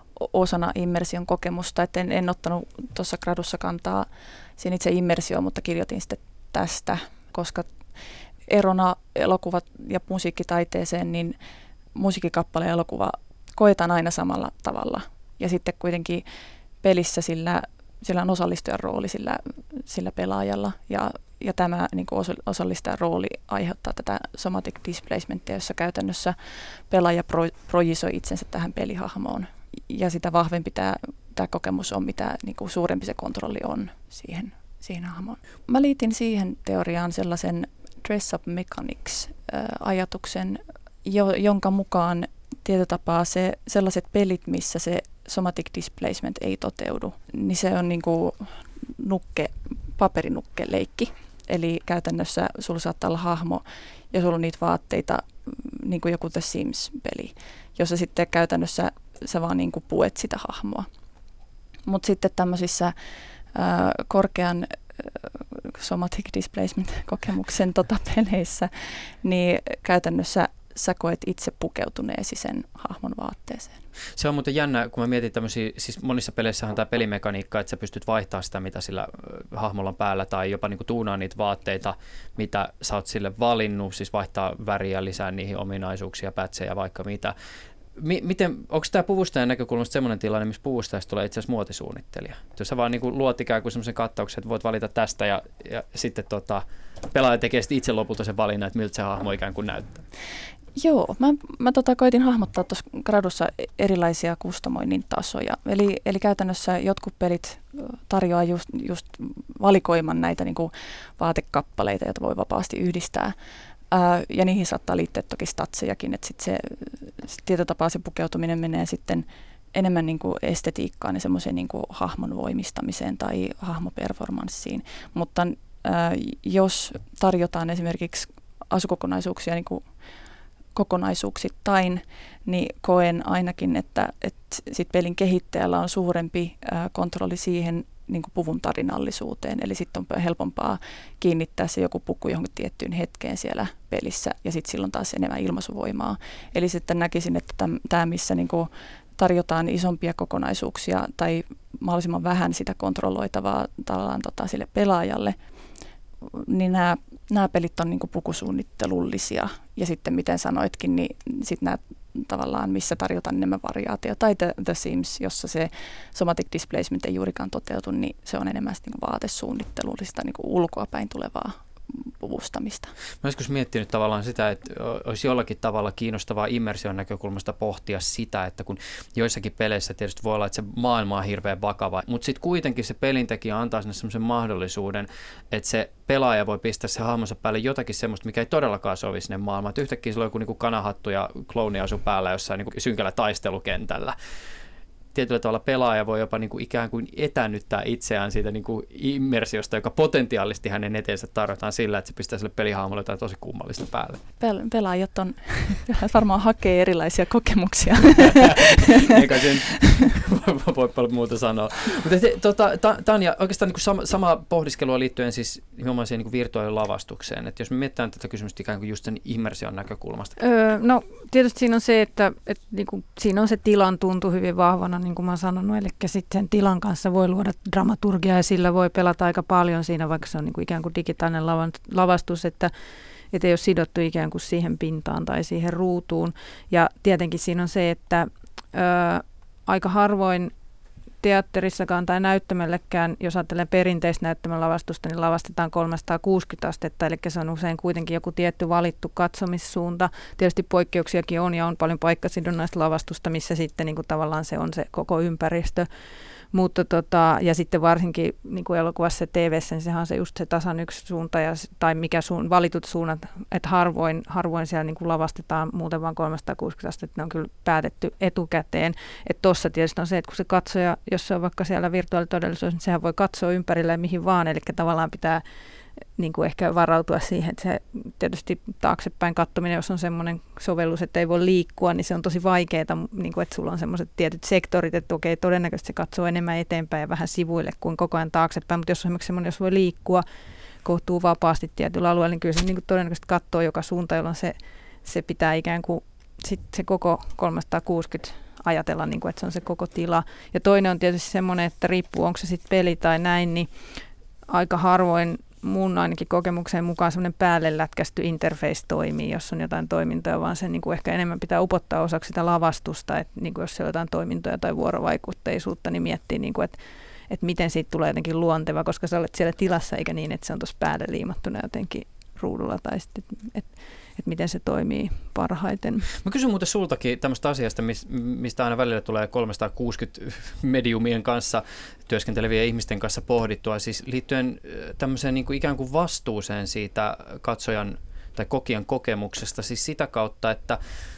osana immersion kokemusta. Et en, en ottanut tuossa gradussa kantaa siihen itse immersioon, mutta kirjoitin sitten tästä, koska erona elokuvat ja musiikkitaiteeseen, niin musiikkikappale ja elokuva koetaan aina samalla tavalla. Ja sitten kuitenkin pelissä sillä on osallistujan rooli sillä, sillä pelaajalla. Ja, ja tämä niin kuin osallistajan rooli aiheuttaa tätä somatic displacementia, jossa käytännössä pelaaja pro, projisoi itsensä tähän pelihahmoon. Ja sitä vahvempi tämä, tämä kokemus on, mitä niin kuin suurempi se kontrolli on siihen, siihen hahmoon. Mä liitin siihen teoriaan sellaisen dress up mechanics-ajatuksen, jo, jonka mukaan tietotapaa se, sellaiset pelit, missä se somatic displacement ei toteudu, niin se on niin kuin nukke, paperinukke-leikki. Eli käytännössä sulla saattaa olla hahmo ja sulla on niitä vaatteita, niin kuin joku The Sims-peli, jossa sitten käytännössä sä vaan niin kuin puet sitä hahmoa. Mutta sitten tämmöisissä ää, korkean ää, somatic displacement-kokemuksen tota peleissä, niin käytännössä sä koet itse pukeutuneesi sen hahmon vaatteeseen. Se on muuten jännä, kun mä mietin tämmöisiä, siis monissa peleissä on tämä pelimekaniikka, että sä pystyt vaihtamaan sitä, mitä sillä hahmolla on päällä, tai jopa niinku tuunaa niitä vaatteita, mitä sä oot sille valinnut, siis vaihtaa väriä, lisää niihin ominaisuuksia, pätsejä, vaikka mitä. Miten, onko tämä puvustajan näkökulmasta sellainen tilanne, missä puvustajasta tulee itse asiassa muotisuunnittelija? Jos sä vaan niin luot ikään kuin semmoisen katsauksen, että voit valita tästä ja, ja sitten tota, pelaaja tekee sitten itse lopulta sen valinnan, että miltä se hahmo ikään kuin näyttää. Joo, mä, mä tota, koitin hahmottaa tuossa gradussa erilaisia kustomoinnin tasoja. Eli, eli käytännössä jotkut pelit tarjoaa just, just valikoiman näitä niin kuin vaatekappaleita, joita voi vapaasti yhdistää. Ää, ja niihin saattaa liittyä toki statsejakin, että sit se sit tietotapaa se pukeutuminen menee sitten enemmän niin kuin estetiikkaan ja semmoiseen niin kuin hahmon voimistamiseen tai hahmoperformanssiin. Mutta ää, jos tarjotaan esimerkiksi asukokonaisuuksia niin kuin kokonaisuuksittain, niin koen ainakin, että, että sit pelin kehittäjällä on suurempi ää, kontrolli siihen, niin kuin puvun tarinallisuuteen. Eli sitten on helpompaa kiinnittää se joku puku johonkin tiettyyn hetkeen siellä pelissä ja sitten silloin taas enemmän ilmaisuvoimaa. Eli sitten näkisin, että tämä missä niin kuin tarjotaan isompia kokonaisuuksia tai mahdollisimman vähän sitä kontrolloitavaa tavallaan tota, sille pelaajalle, niin nämä, nämä pelit on niin kuin pukusuunnittelullisia. Ja sitten miten sanoitkin, niin sitten nämä tavallaan, missä tarjotaan enemmän variaatiota. Tai The, The Sims, jossa se somatic displacement ei juurikaan toteutu, niin se on enemmän niin kuin vaatesuunnittelullista niin kuin ulkoapäin tulevaa puvustamista. Mä joskus miettinyt tavallaan sitä, että olisi jollakin tavalla kiinnostavaa immersion näkökulmasta pohtia sitä, että kun joissakin peleissä tietysti voi olla, että se maailma on hirveän vakava, mutta sitten kuitenkin se pelintekijä antaa sinne semmoisen mahdollisuuden, että se pelaaja voi pistää se hahmonsa päälle jotakin semmoista, mikä ei todellakaan sovi sinne maailmaan. Että yhtäkkiä sillä on joku niin kuin kanahattu ja klouni asu päällä jossain niin kuin synkällä taistelukentällä. Tietyllä tavalla pelaaja voi jopa niin kuin ikään kuin etännyttää itseään siitä niin kuin immersiosta, joka potentiaalisesti hänen eteensä tarjotaan sillä, että se pistää sille pelihahmolle jotain tosi kummallista päälle. Pel- pelaajat on, varmaan hakee erilaisia kokemuksia. Eikä sen voi paljon muuta sanoa. Mutta tota, Tanja, oikeastaan niin kuin sama, sama pohdiskelua liittyen siis nimenomaan siihen niin kuin virtuaalilavastukseen. Että jos me mietitään tätä kysymystä ikään kuin just sen immersion näkökulmasta. Öö, no tietysti siinä on se, että, että niin kuin, siinä on se tilan tuntu hyvin vahvana, niin kuin mä oon sanonut, eli sitten sen tilan kanssa voi luoda dramaturgiaa ja sillä voi pelata aika paljon siinä, vaikka se on niin kuin ikään kuin digitaalinen lavastus, että, että ei ole sidottu ikään kuin siihen pintaan tai siihen ruutuun. Ja tietenkin siinä on se, että ö, aika harvoin teatterissakaan tai näyttämöllekään, jos ajattelee perinteistä näyttämön lavastusta, niin lavastetaan kolmesataakuusikymmentä astetta, eli se on usein kuitenkin joku tietty valittu katsomissuunta. Tietysti poikkeuksiakin on ja on paljon paikkasidonnaista lavastusta, missä sitten niin kuin tavallaan se on se koko ympäristö. Mutta tota, ja sitten varsinkin niin kuin elokuvassa ja T V:ssä, niin sehän on se just se tasan yksi suunta ja, tai mikä suun, valitut suunnat, että harvoin, harvoin siellä niin kuin lavastetaan muuten vaan kolmesataakuusikymmentä astetta, ne on kyllä päätetty etukäteen. Että tuossa tietysti on se, että kun se katsoja, jos se on vaikka siellä virtuaalitodellisuudessa, niin sehän voi katsoa ympärille mihin vaan, eli tavallaan pitää niin kuin ehkä varautua siihen, että se tietysti taaksepäin katsominen, jos on semmoinen sovellus, että ei voi liikkua, niin se on tosi vaikeaa, niin kuin, että sulla on semmoiset tietyt sektorit, että okei, todennäköisesti se katsoo enemmän eteenpäin ja vähän sivuille kuin koko ajan taaksepäin, mutta jos on esimerkiksi semmoinen, jos voi liikkua kohtuu vapaasti tietyllä alueella, niin kyllä se niin kuin todennäköisesti katsoo joka suunta, jolloin se, se pitää ikään kuin sit se koko kolmesataakuusikymmentä ajatella, niin kuin, että se on se koko tila. Ja toinen on tietysti semmoinen, että riippuu, onko se sitten peli tai näin, niin aika harvoin mun ainakin kokemuksen mukaan semmoinen päälle lätkästy interface toimii, jos on jotain toimintoja, vaan se niin kuin ehkä enemmän pitää upottaa osaksi sitä lavastusta, että niin kuin jos siellä on jotain toimintoja tai vuorovaikutteisuutta, niin miettii, niin kuin, että, että miten siitä tulee jotenkin luonteva, koska sä olet siellä tilassa eikä niin, että se on tuossa päälle liimattuna jotenkin ruudulla tai sitten, että, että miten se toimii parhaiten. Mä kysyn muuten sultakin tämmöistä asiasta, mistä aina välillä tulee kolmesataakuusikymmentä mediumien kanssa työskentelevien ihmisten kanssa pohdittua, siis liittyen tämmöiseen niin kuin ikään kuin vastuuseen siitä katsojan tai kokijan kokemuksesta, siis sitä kautta, että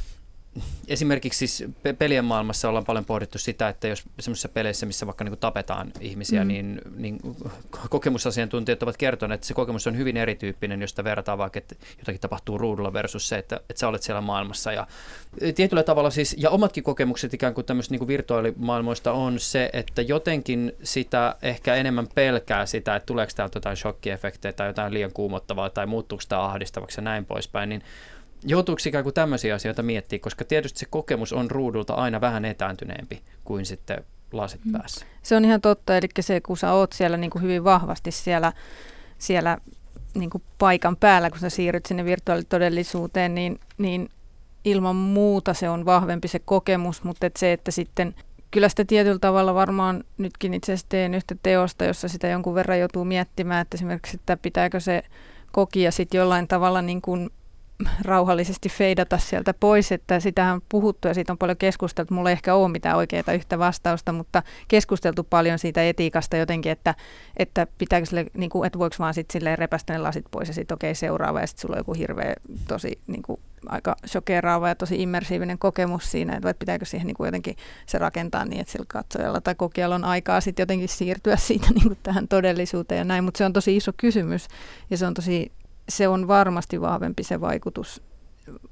esimerkiksi siis pelien maailmassa ollaan paljon pohdittu sitä, että jos semmoisissa peleissä, missä vaikka niin kuin tapetaan ihmisiä, mm. niin, niin kokemusasiantuntijat ovat kertoneet, että se kokemus on hyvin erityyppinen, jos sitä verrataan vaikka, että jotakin tapahtuu ruudulla versus se, että, että sä olet siellä maailmassa. Ja tietyllä tavalla siis, ja omatkin kokemukset ikään kuin tämmöistä niin kuin virtuaalimaailmoista on se, että jotenkin sitä ehkä enemmän pelkää sitä, että tuleeko täältä jotain shokkiefektejä tai jotain liian kuumottavaa tai muuttuuko sitä ahdistavaksi ja näin poispäin, niin joutuuko ikään kuin tämmöisiä asioita miettiä, koska tietysti se kokemus on ruudulta aina vähän etääntyneempi kuin sitten lasit päässä. Se on ihan totta, eli se kun sä oot siellä niin kuin hyvin vahvasti siellä, siellä niin kuin paikan päällä, kun sä siirryt sinne virtuaalitodellisuuteen, niin, niin ilman muuta se on vahvempi se kokemus, mutta et se, että sitten kyllä sitä tietyllä tavalla varmaan nytkin itse asiassa teen yhtä teosta, jossa sitä jonkun verran joutuu miettimään, että esimerkiksi, että pitääkö se kokija sitten jollain tavalla niin kuin rauhallisesti feidata sieltä pois, että sitähän on puhuttu ja siitä on paljon keskusteltu. Mulla ei ehkä ole mitään oikeaa yhtä vastausta, mutta keskusteltu paljon siitä etiikasta jotenkin, että, että pitääkö sille, niin kuin, että voiko vaan sitten silleen repästä ne lasit pois ja sitten okei okay, seuraava ja sitten sulla on joku hirveä tosi niin kuin, aika shokeraava ja tosi immersiivinen kokemus siinä, että pitääkö siihen niin kuin jotenkin se rakentaa niin, että sillä katsojalla tai kokijalla on aikaa sitten jotenkin siirtyä siitä niin kuin tähän todellisuuteen ja näin, mutta se on tosi iso kysymys ja se on tosi se on varmasti vahvempi se vaikutus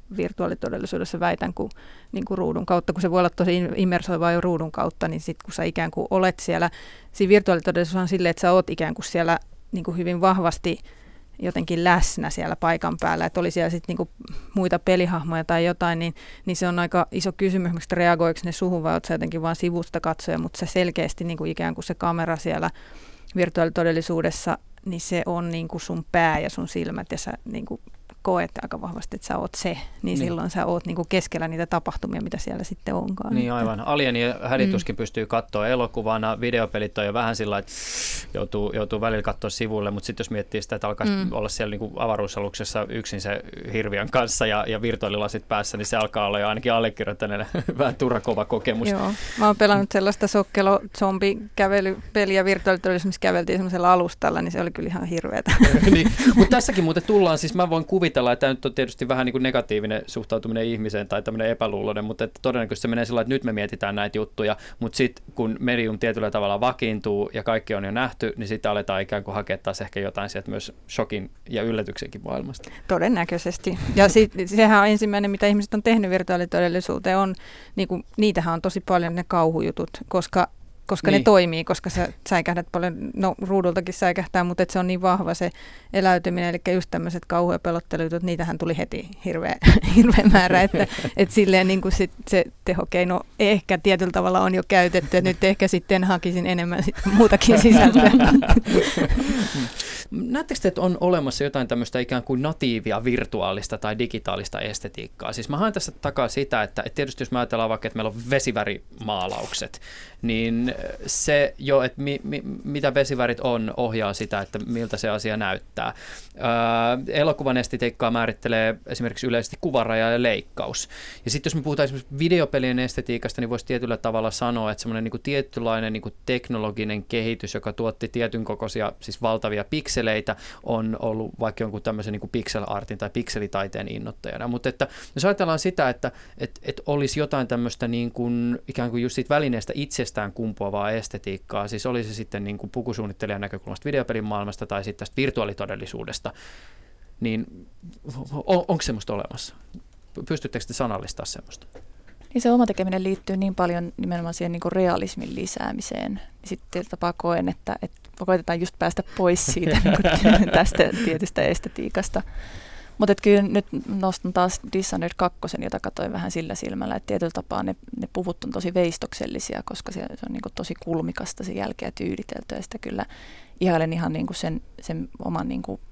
virtuaalitodellisuudessa väitän kuin, niin kuin ruudun kautta, kun se voi olla tosi immersoivaa jo ruudun kautta, niin sitten kun sä ikään kuin olet siellä, siinä virtuaalitodellisuus on silleen, että sä oot ikään kuin siellä niin kuin hyvin vahvasti jotenkin läsnä siellä paikan päällä, että oli siellä sitten niinku muita pelihahmoja tai jotain, niin, niin se on aika iso kysymys, että reagoiko ne suhun vai oot sä jotenkin vaan sivusta katsoja, mutta se selkeästi niinku ikään kuin se kamera siellä virtuaalitodellisuudessa, niin se on niinku sun pää ja sun silmät ja sä niinku koet aika vahvasti, että sä oot se, niin, niin. silloin sä oot niinku keskellä niitä tapahtumia, mitä siellä sitten onkaan. Niin aivan. Alien ja hädituskin mm. pystyy katsoa elokuvana, videopelit on jo vähän sillä, että joutuu, joutuu välillä katsoa sivuille, mutta sitten jos miettii sitä, että alkaisi mm. olla siellä niinku avaruusaluksessa yksin se hirviön kanssa ja, ja virtuaalilasit päässä, niin se alkaa olla jo ainakin allekirjoittaneelle vähän turhakova kokemus. Joo, mä oon pelannut sellaista sokkelo-zombi-kävelypeliä virtuaalitodellisuudessa, missä käveltiin semmoisella alustalla, niin se oli kyllä ihan hirveätä. Niin, mutta tässäkin muuten tullaan, siis mä voin kuvitella, että tämä nyt on tietysti vähän niin kuin negatiivinen suhtautuminen ihmiseen tai tämmöinen epäluuloinen, mutta että todennäköisesti se menee sillä, että nyt me mietitään näitä juttuja, mutta sitten kun medium tietyllä tavalla vakiintuu ja kaikki on jo nähty, niin sitten aletaan ikään kuin hakea taas ehkä jotain sieltä myös shokin ja yllätyksenkin maailmasta. Todennäköisesti. Ja sit, sehän on ensimmäinen, mitä ihmiset on tehnyt virtuaalitodellisuuteen, on, niin kuin, niitähän on tosi paljon ne kauhujutut, koska koska niin. ne toimii, koska sä säikähdät paljon, no ruudultakin säikähtää, mutta et se on niin vahva se eläytyminen, eli just tämmöiset kauhu- ja pelottelujutut, niitähän tuli heti hirveä, hirveä määrä, että et silleen niin kuin sit se tehokeino ehkä tietyllä tavalla on jo käytetty, että nyt ehkä sitten hakisin enemmän sit muutakin sisältöä. Näettekö te, että on olemassa jotain tämmöistä ikään kuin natiivia virtuaalista tai digitaalista estetiikkaa? Siis mä haen tässä takaa sitä, että, että tietysti jos mä ajatellaan vaikka, että meillä on vesivärimaalaukset, niin se jo, että mi, mi, mitä vesivärit on, ohjaa sitä, että miltä se asia näyttää. Öö, elokuvan estetiikkaa määrittelee esimerkiksi yleisesti kuvaraja ja leikkaus. Ja sitten jos me puhutaan esimerkiksi videopelien estetiikasta, niin voisi tietyllä tavalla sanoa, että semmoinen niin kuin tietynlainen niin kuin teknologinen kehitys, joka tuotti tietyn kokoisia, siis valtavia pikseleitä, on ollut vaikka jonkun tämmöisen niin kuin pixel artin tai pikselitaiteen innoittajana. Mutta että jos ajatellaan sitä, että et, et olisi jotain tämmöistä niin kuin, ikään kuin just siitä välineestä itsestään kumpuavaa estetiikkaa, siis oli se sitten niin kuin pukusuunnittelijan näkökulmasta videopelin maailmasta tai sitten tästä virtuaalitodellisuudesta, niin on, onko semmoista olemassa? Pystyttekö te sanallistaa semmoista? Niin se oma tekeminen liittyy niin paljon nimenomaan siihen niin kuin realismin lisäämiseen. Sitten tapaa koen, että, että koitetaan just päästä pois siitä niin kuin tästä tietystä estetiikasta. Mutta kyllä nyt nostan taas Dishonored kaksi, jota katsoin vähän sillä silmällä, että tietyllä tapaa ne, ne puvut on tosi veistoksellisia, koska se, se on niin kuin tosi kulmikasta se jälkeä tyylitelty, ja sitä kyllä ihailen ihan niin kuin sen, sen oman niin kuin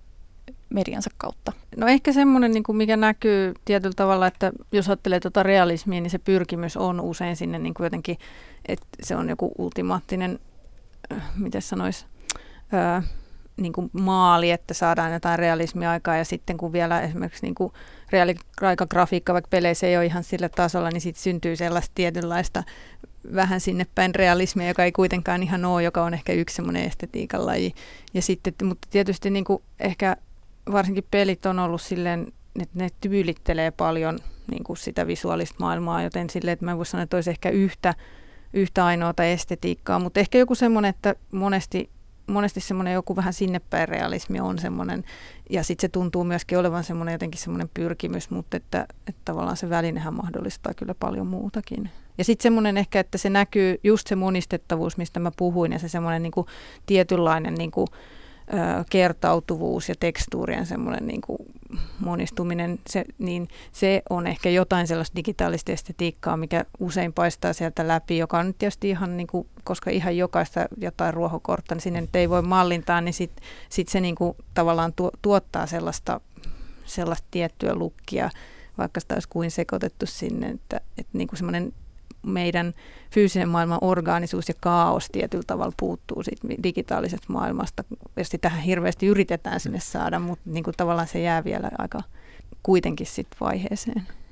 mediansa kautta. No ehkä semmoinen, niin kuin mikä näkyy tietyllä tavalla, että jos ajattelee tuota realismia, niin se pyrkimys on usein sinne niin kuin jotenkin, että se on joku ultimaattinen, äh, miten sanoisi, äh, niin kuin maali, että saadaan jotain realismia aikaa, ja sitten kun vielä esimerkiksi niin kuin reaaliaikagrafiikka vaikka peleissä ei ole ihan sillä tasolla, niin sitten syntyy sellaista tietynlaista vähän sinne päin realismia, joka ei kuitenkaan ihan ole, joka on ehkä yksi semmoinen estetiikan laji. Ja sitten, mutta tietysti niin kuin ehkä varsinkin pelit on ollut silleen, että ne tyylittelee paljon niin kuin sitä visuaalista maailmaa, joten silleen, että mä en voi sanoa, että olisi ehkä yhtä, yhtä ainoata estetiikkaa, mutta ehkä joku semmoinen, että monesti monesti semmoinen joku vähän sinnepäin realismi on semmoinen, ja sitten se tuntuu myöskin olevan semmoinen jotenkin semmoinen pyrkimys, mutta että, että tavallaan se välinehän mahdollistaa kyllä paljon muutakin. Ja sitten semmoinen ehkä, että se näkyy just se monistettavuus, mistä mä puhuin, ja se semmoinen niin kuin tietynlainen niin kuin, ö, kertautuvuus ja tekstuurien semmoinen niin kuin monistuminen, se, niin se on ehkä jotain sellaista digitaalista estetiikkaa, mikä usein paistaa sieltä läpi, joka on nyt tietysti ihan, niin kuin, koska ihan jokaista jotain ruohokortta, niin sinne nyt ei voi mallintaa, niin sitten sit se niin kuin tavallaan tuo, tuottaa sellaista, sellaista tiettyä lukkia, vaikka sitä olisi kuin sekoitettu sinne, että, että niin kuin semmoinen meidän fyysisen maailman orgaanisuus ja kaos tietyllä tavalla puuttuu siitä digitaalisesta maailmasta, ja sitähän hirveästi yritetään sinne saada, mutta niin kuin tavallaan se jää vielä aika kuitenkin sit vaiheeseen.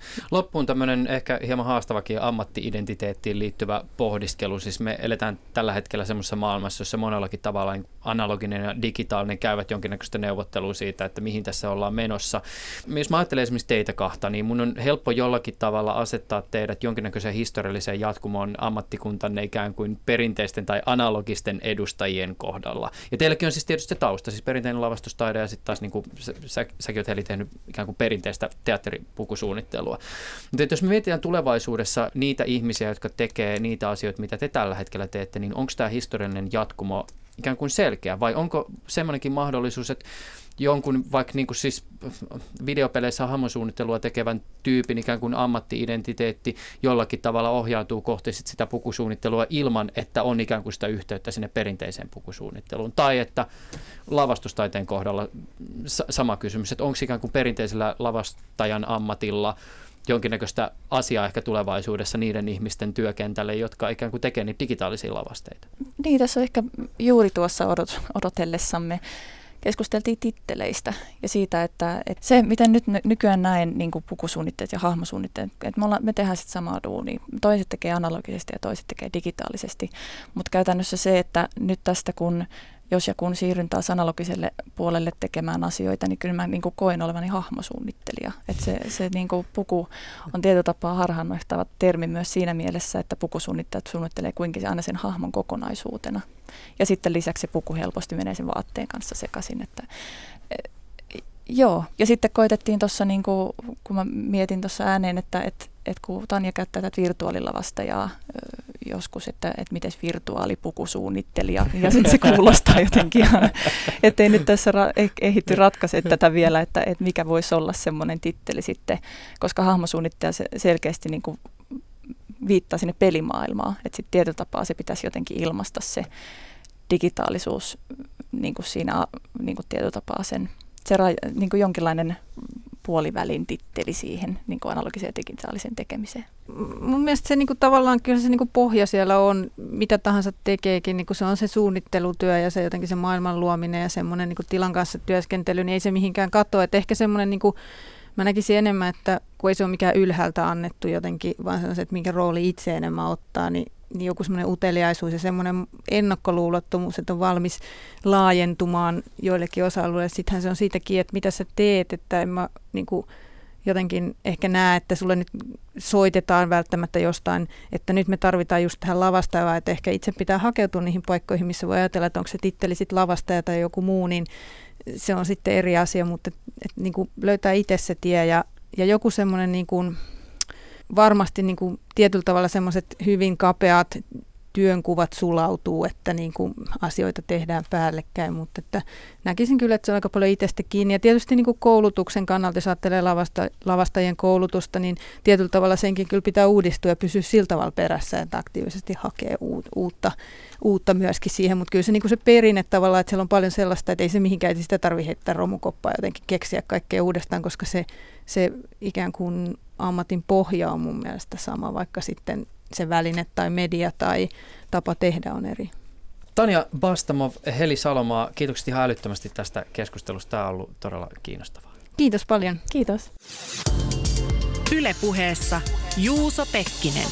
Loppuun tämmöinen ehkä hieman haastavakin ammatti-identiteettiin liittyvä pohdiskelu. Siis me eletään tällä hetkellä semmoisessa maailmassa, jossa monellakin tavalla analoginen ja digitaalinen käyvät jonkinnäköistä neuvottelua siitä, että mihin tässä ollaan menossa. Jos mä ajattelen esimerkiksi teitä kahta, niin mun on helppo jollakin tavalla asettaa teidät jonkinnäköiseen historialliseen jatkumoon ammattikuntanne ikään kuin perinteisten tai analogisten edustajien kohdalla. Ja teilläkin on siis tietysti se tausta, siis perinteinen lavastustaide ja sitten taas niin kuin sä, sä, säkin oot Heli tehnyt ikään kuin perinteistä teatteripukusuunnittelua. Mutta jos me mietitään tulevaisuudessa niitä ihmisiä, jotka tekee niitä asioita, mitä te tällä hetkellä teette, niin onko tämä historiallinen jatkumo ikään kuin selkeä vai onko semmoinenkin mahdollisuus, että jonkun vaikka niin kuin siis videopeleissä hahmosuunnittelua tekevän tyypin ikään kuin ammatti-identiteetti jollakin tavalla ohjautuu kohti sit sitä pukusuunnittelua ilman, että on ikään kuin sitä yhteyttä sinne perinteiseen pukusuunnitteluun. Tai että lavastustaiteen kohdalla sama kysymys, että onko ikään kuin perinteisellä lavastajan ammatilla jonkinnäköistä asiaa ehkä tulevaisuudessa niiden ihmisten työkentälle, jotka ikään kuin tekee niitä digitaalisia lavasteita. Niin, tässä on ehkä juuri tuossa odot, odotellessamme keskusteltiin titteleistä ja siitä, että, että se, miten nyt nykyään näen niin kuin pukusuunnitteet ja hahmosuunnitteet, että me, ollaan, me tehdään sitten samaa duunia. Toiset tekee analogisesti ja toiset tekee digitaalisesti, mutta käytännössä se, että nyt tästä kun jos ja kun siirryn taas analogiselle puolelle tekemään asioita, niin kyllä mä niin kuin koen olevani hahmosuunnittelija. Että se, se niin kuin puku on tietyllä tapaa harhaanjohtava termi myös siinä mielessä, että pukusuunnittajat suunnittelee kuinka aina sen hahmon kokonaisuutena. Ja sitten lisäksi se puku helposti menee sen vaatteen kanssa sekaisin. Että, e, joo, ja sitten koitettiin tuossa, niin kuin, kun mä mietin tuossa ääneen, että et, et kun Tanja käyttää tätä virtuaalilavastajaa joskus, että, että miten virtuaalipukusuunnittelija, ja sitten se kuulostaa jotenkin ihan, ettei nyt tässä ra- ehditty ratkaise tätä vielä, että, että mikä voisi olla semmoinen titteli sitten, koska hahmosuunnittaja selkeästi niin kuin viittaa sinne pelimaailmaan, että sitten tietyllä tapaa se pitäisi jotenkin ilmaista se digitaalisuus niin kuin siinä niin kuin tietyllä tapaa sen, se ra- niin kuin jonkinlainen puolivälin titteli siihen niin kuin analogiseen ja digitaaliseen tekemiseen. Mun mielestä se niin kuin, tavallaan kyllä se niin kuin pohja siellä on, mitä tahansa tekeekin, niin kuin se on se suunnittelutyö ja se jotenkin se maailman luominen ja semmoinen niin kuin tilan kanssa työskentely, niin ei se mihinkään katoa. Että ehkä semmoinen, niin kuin, mä näkisin enemmän, että kun ei se ole mikään ylhäältä annettu jotenkin, vaan se, että minkä rooli itse enemmän ottaa, niin niin joku semmoinen uteliaisuus ja semmoinen ennakkoluulottomuus, että on valmis laajentumaan joillekin osa-alueille. Sittenhän se on siitäkin, että mitä sä teet, että en mä niin kuin jotenkin ehkä näe, että sulle nyt soitetaan välttämättä jostain, että nyt me tarvitaan just tähän lavastajaa, että ehkä itse pitää hakeutua niihin paikkoihin, missä voi ajatella, että onko se titteli sitten lavastaja tai joku muu, niin se on sitten eri asia, mutta et, et, niin kuin löytää itse se tie ja, ja joku semmoinen niin kuin varmasti niin kuin tietyllä tavalla semmoiset hyvin kapeat työnkuvat sulautuu, että niin kuin asioita tehdään päällekkäin, mutta että näkisin kyllä, että se on aika paljon itsestä kiinni. Ja tietysti niin kuin koulutuksen kannalta, jos ajattelee lavasta, lavastajien koulutusta, niin tietyllä tavalla senkin kyllä pitää uudistua ja pysyä sillä tavalla perässä, että aktiivisesti hakee uutta, uutta myöskin siihen. Mutta kyllä se, niin kuin se perinne tavallaan, että siellä on paljon sellaista, että ei se mihinkään, että sitä tarvitse heittää romukoppaa jotenkin keksiä kaikkea uudestaan, koska se, se ikään kuin ammatin pohja on mun mielestä sama, vaikka sitten se väline tai media tai tapa tehdä on eri. Tanja Bastamov, Heli Salomaa, kiitokset ihan älyttömästi tästä keskustelusta. Tämä on ollut todella kiinnostavaa. Kiitos paljon. Kiitos. Yle Puheessa Juuso Pekkinen.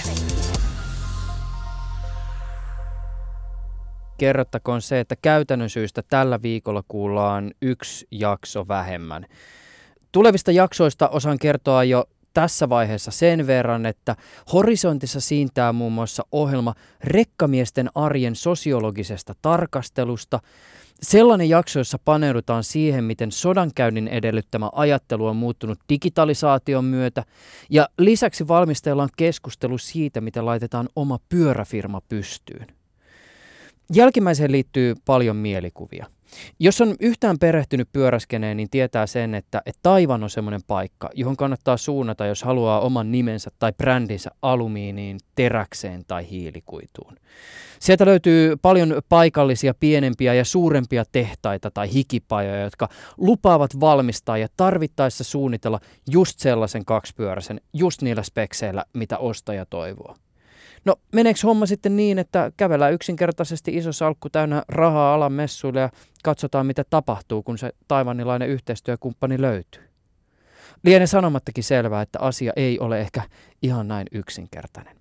Kerrottakoon se, että käytännön syystä tällä viikolla kuullaan yksi jakso vähemmän. Tulevista jaksoista osaan kertoa jo tässä vaiheessa sen verran, että Horisontissa siintää muun muassa ohjelma rekkamiesten arjen sosiologisesta tarkastelusta. Sellainen jakso, jossa paneudutaan siihen, miten sodankäynnin edellyttämä ajattelu on muuttunut digitalisaation myötä. Ja lisäksi valmistellaan keskustelu siitä, miten laitetaan oma pyöräfirma pystyyn. Jälkimmäiseen liittyy paljon mielikuvia. Jos on yhtään perehtynyt pyöräskeneen, niin tietää sen, että, että Taiwan on semmoinen paikka, johon kannattaa suunnata, jos haluaa oman nimensä tai brändinsä alumiiniin, teräkseen tai hiilikuituun. Sieltä löytyy paljon paikallisia, pienempiä ja suurempia tehtaita tai hikipajoja, jotka lupaavat valmistaa ja tarvittaessa suunnitella just sellaisen kaksipyöräisen, just niillä spekseillä, mitä ostaja toivoo. No meneekö homma sitten niin, että kävellään yksinkertaisesti iso salkku täynnä rahaa alan messuille ja katsotaan mitä tapahtuu, kun se taiwanilainen yhteistyökumppani löytyy? Lienee sanomattakin selvää, että asia ei ole ehkä ihan näin yksinkertainen.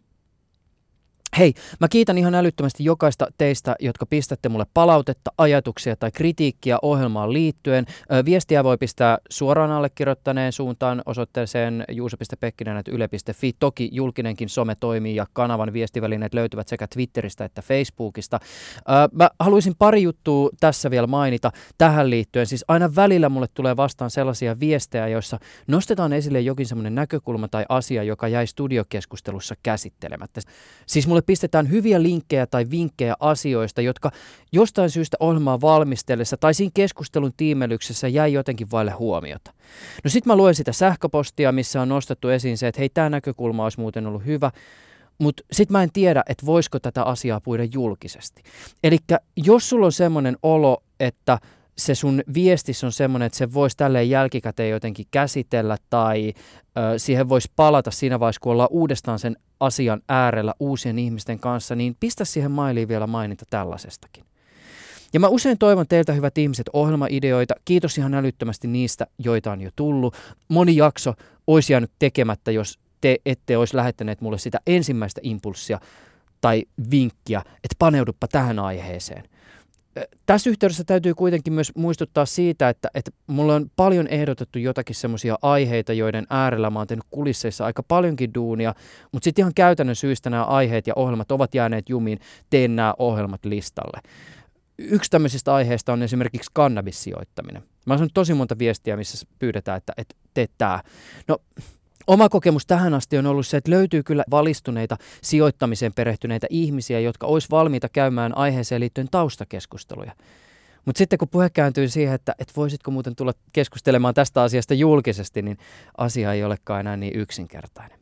Hei, mä kiitän ihan älyttömästi jokaista teistä, jotka pistätte mulle palautetta, ajatuksia tai kritiikkiä ohjelmaan liittyen. Viestiä voi pistää suoraan allekirjoittaneen suuntaan osoitteeseen juuso piste pekkinen ät yle piste fi. Toki julkinenkin some toimii ja kanavan viestivälineet löytyvät sekä Twitteristä että Facebookista. Mä haluaisin pari juttua tässä vielä mainita tähän liittyen. Siis aina välillä mulle tulee vastaan sellaisia viestejä, joissa nostetaan esille jokin semmoinen näkökulma tai asia, joka jäi studiokeskustelussa käsittelemättä. Siis mulle pistetään hyviä linkkejä tai vinkkejä asioista, jotka jostain syystä ohjelmaa valmistellessa tai siinä keskustelun tiimelyksessä jäi jotenkin vaille huomiota. No sit mä luen sitä sähköpostia, missä on nostettu esiin se, että hei, tämä näkökulma olisi muuten ollut hyvä, mutta sit mä en tiedä, että voisiko tätä asiaa puida julkisesti. Elikkä jos sulla on semmoinen olo, että se sun viestis on semmoinen, että se voisi tälleen jälkikäteen jotenkin käsitellä tai ö, siihen voisi palata siinä vaiheessa, kun ollaan uudestaan sen asian äärellä uusien ihmisten kanssa, niin pistä siihen mailiin vielä maininta tällaisestakin. Ja mä usein toivon teiltä, hyvät ihmiset, ohjelmaideoita. Kiitos ihan älyttömästi niistä, joita on jo tullut. Moni jakso olisi jäänyt tekemättä, jos te ette olisi lähettäneet mulle sitä ensimmäistä impulssia tai vinkkiä, että paneuduppa tähän aiheeseen. Tässä yhteydessä täytyy kuitenkin myös muistuttaa siitä, että, että mulla on paljon ehdotettu jotakin semmoisia aiheita, joiden äärellä mä oon tehnyt kulisseissa aika paljonkin duunia, mutta sitten ihan käytännön syystä nämä aiheet ja ohjelmat ovat jääneet jumiin, teen nämä ohjelmat listalle. Yksi tämmöisistä aiheista on esimerkiksi kannabissijoittaminen. Mä oon saanut tosi monta viestiä, missä pyydetään, että, että teet tää. No, oma kokemus tähän asti on ollut se, että löytyy kyllä valistuneita sijoittamiseen perehtyneitä ihmisiä, jotka olisi valmiita käymään aiheeseen liittyen taustakeskusteluja. Mutta sitten kun puhe kääntyy siihen, että, että voisitko muuten tulla keskustelemaan tästä asiasta julkisesti, niin asia ei olekaan enää niin yksinkertainen.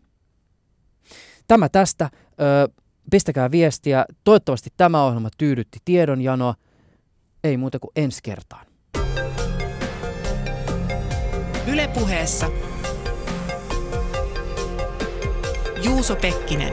Tämä tästä. Ö, pistäkää viestiä. Toivottavasti tämä ohjelma tyydytti tiedonjanoa. Ei muuta kuin ensi kertaan. Yle Puheessa Juuso Pekkinen.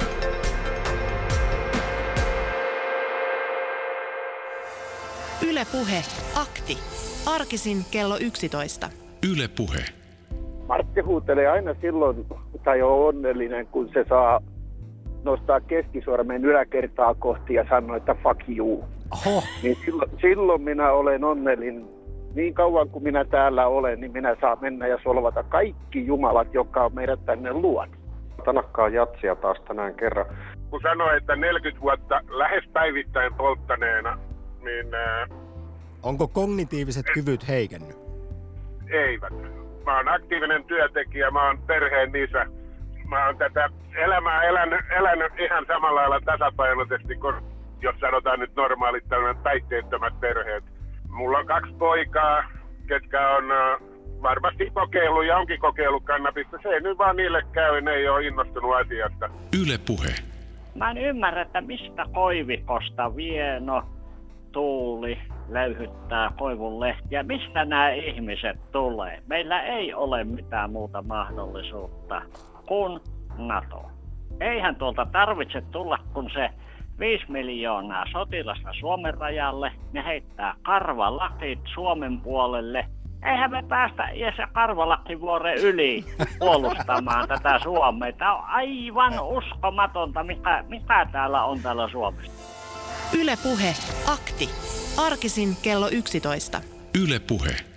Yle Puhe. Akti. Arkisin kello yksitoista. Yle Puhe. Martti huutelee aina silloin, tai on onnellinen, kun se saa nostaa keskisormen yläkertaa kohti ja sanoa, että fuck you. Oho. Niin silloin, silloin minä olen onnellinen. Niin kauan kuin minä täällä olen, niin minä saan mennä ja solvata kaikki jumalat, jotka on meidät tänne luonut. Tanakkaa jatsia taas tänään kerran. Kun sanoi, että neljäkymmentä vuotta lähes päivittäin polttaneena, niin... Ää, onko kognitiiviset et, kyvyt heikennyt? Eivät. Mä oon aktiivinen työntekijä, mä oon perheen isä. Mä oon tätä elämää elänyt, elänyt ihan samalla lailla tasapainoisesti, kun jos sanotaan nyt normaalit tämmöiset päihteettömät perheet. Mulla on kaksi poikaa, ketkä on... varmasti kokeillut ja onkin kokeillut kannabista. Se ei nyt vaan niille käy, ne ei ole innostunut asiasta. Yle Puhe. Mä en ymmärrä, että mistä koivikosta Vieno, Tuuli löyhyttää koivun lehtiä. Mistä nämä ihmiset tulee? Meillä ei ole mitään muuta mahdollisuutta kuin NATO. Eihän tuolta tarvitse tulla, kun se viisi miljoonaa sotilasta Suomen rajalle. Ne heittää karvalakit Suomen puolelle. Eihän me päästä edes Karvalakkivuoren yli puolustamaan tätä Suomea. Tämä on aivan uskomatonta, mikä, mikä täällä on täällä Suomessa. Yle Puhe. Akti. Arkisin kello yksitoista. Yle Puhe.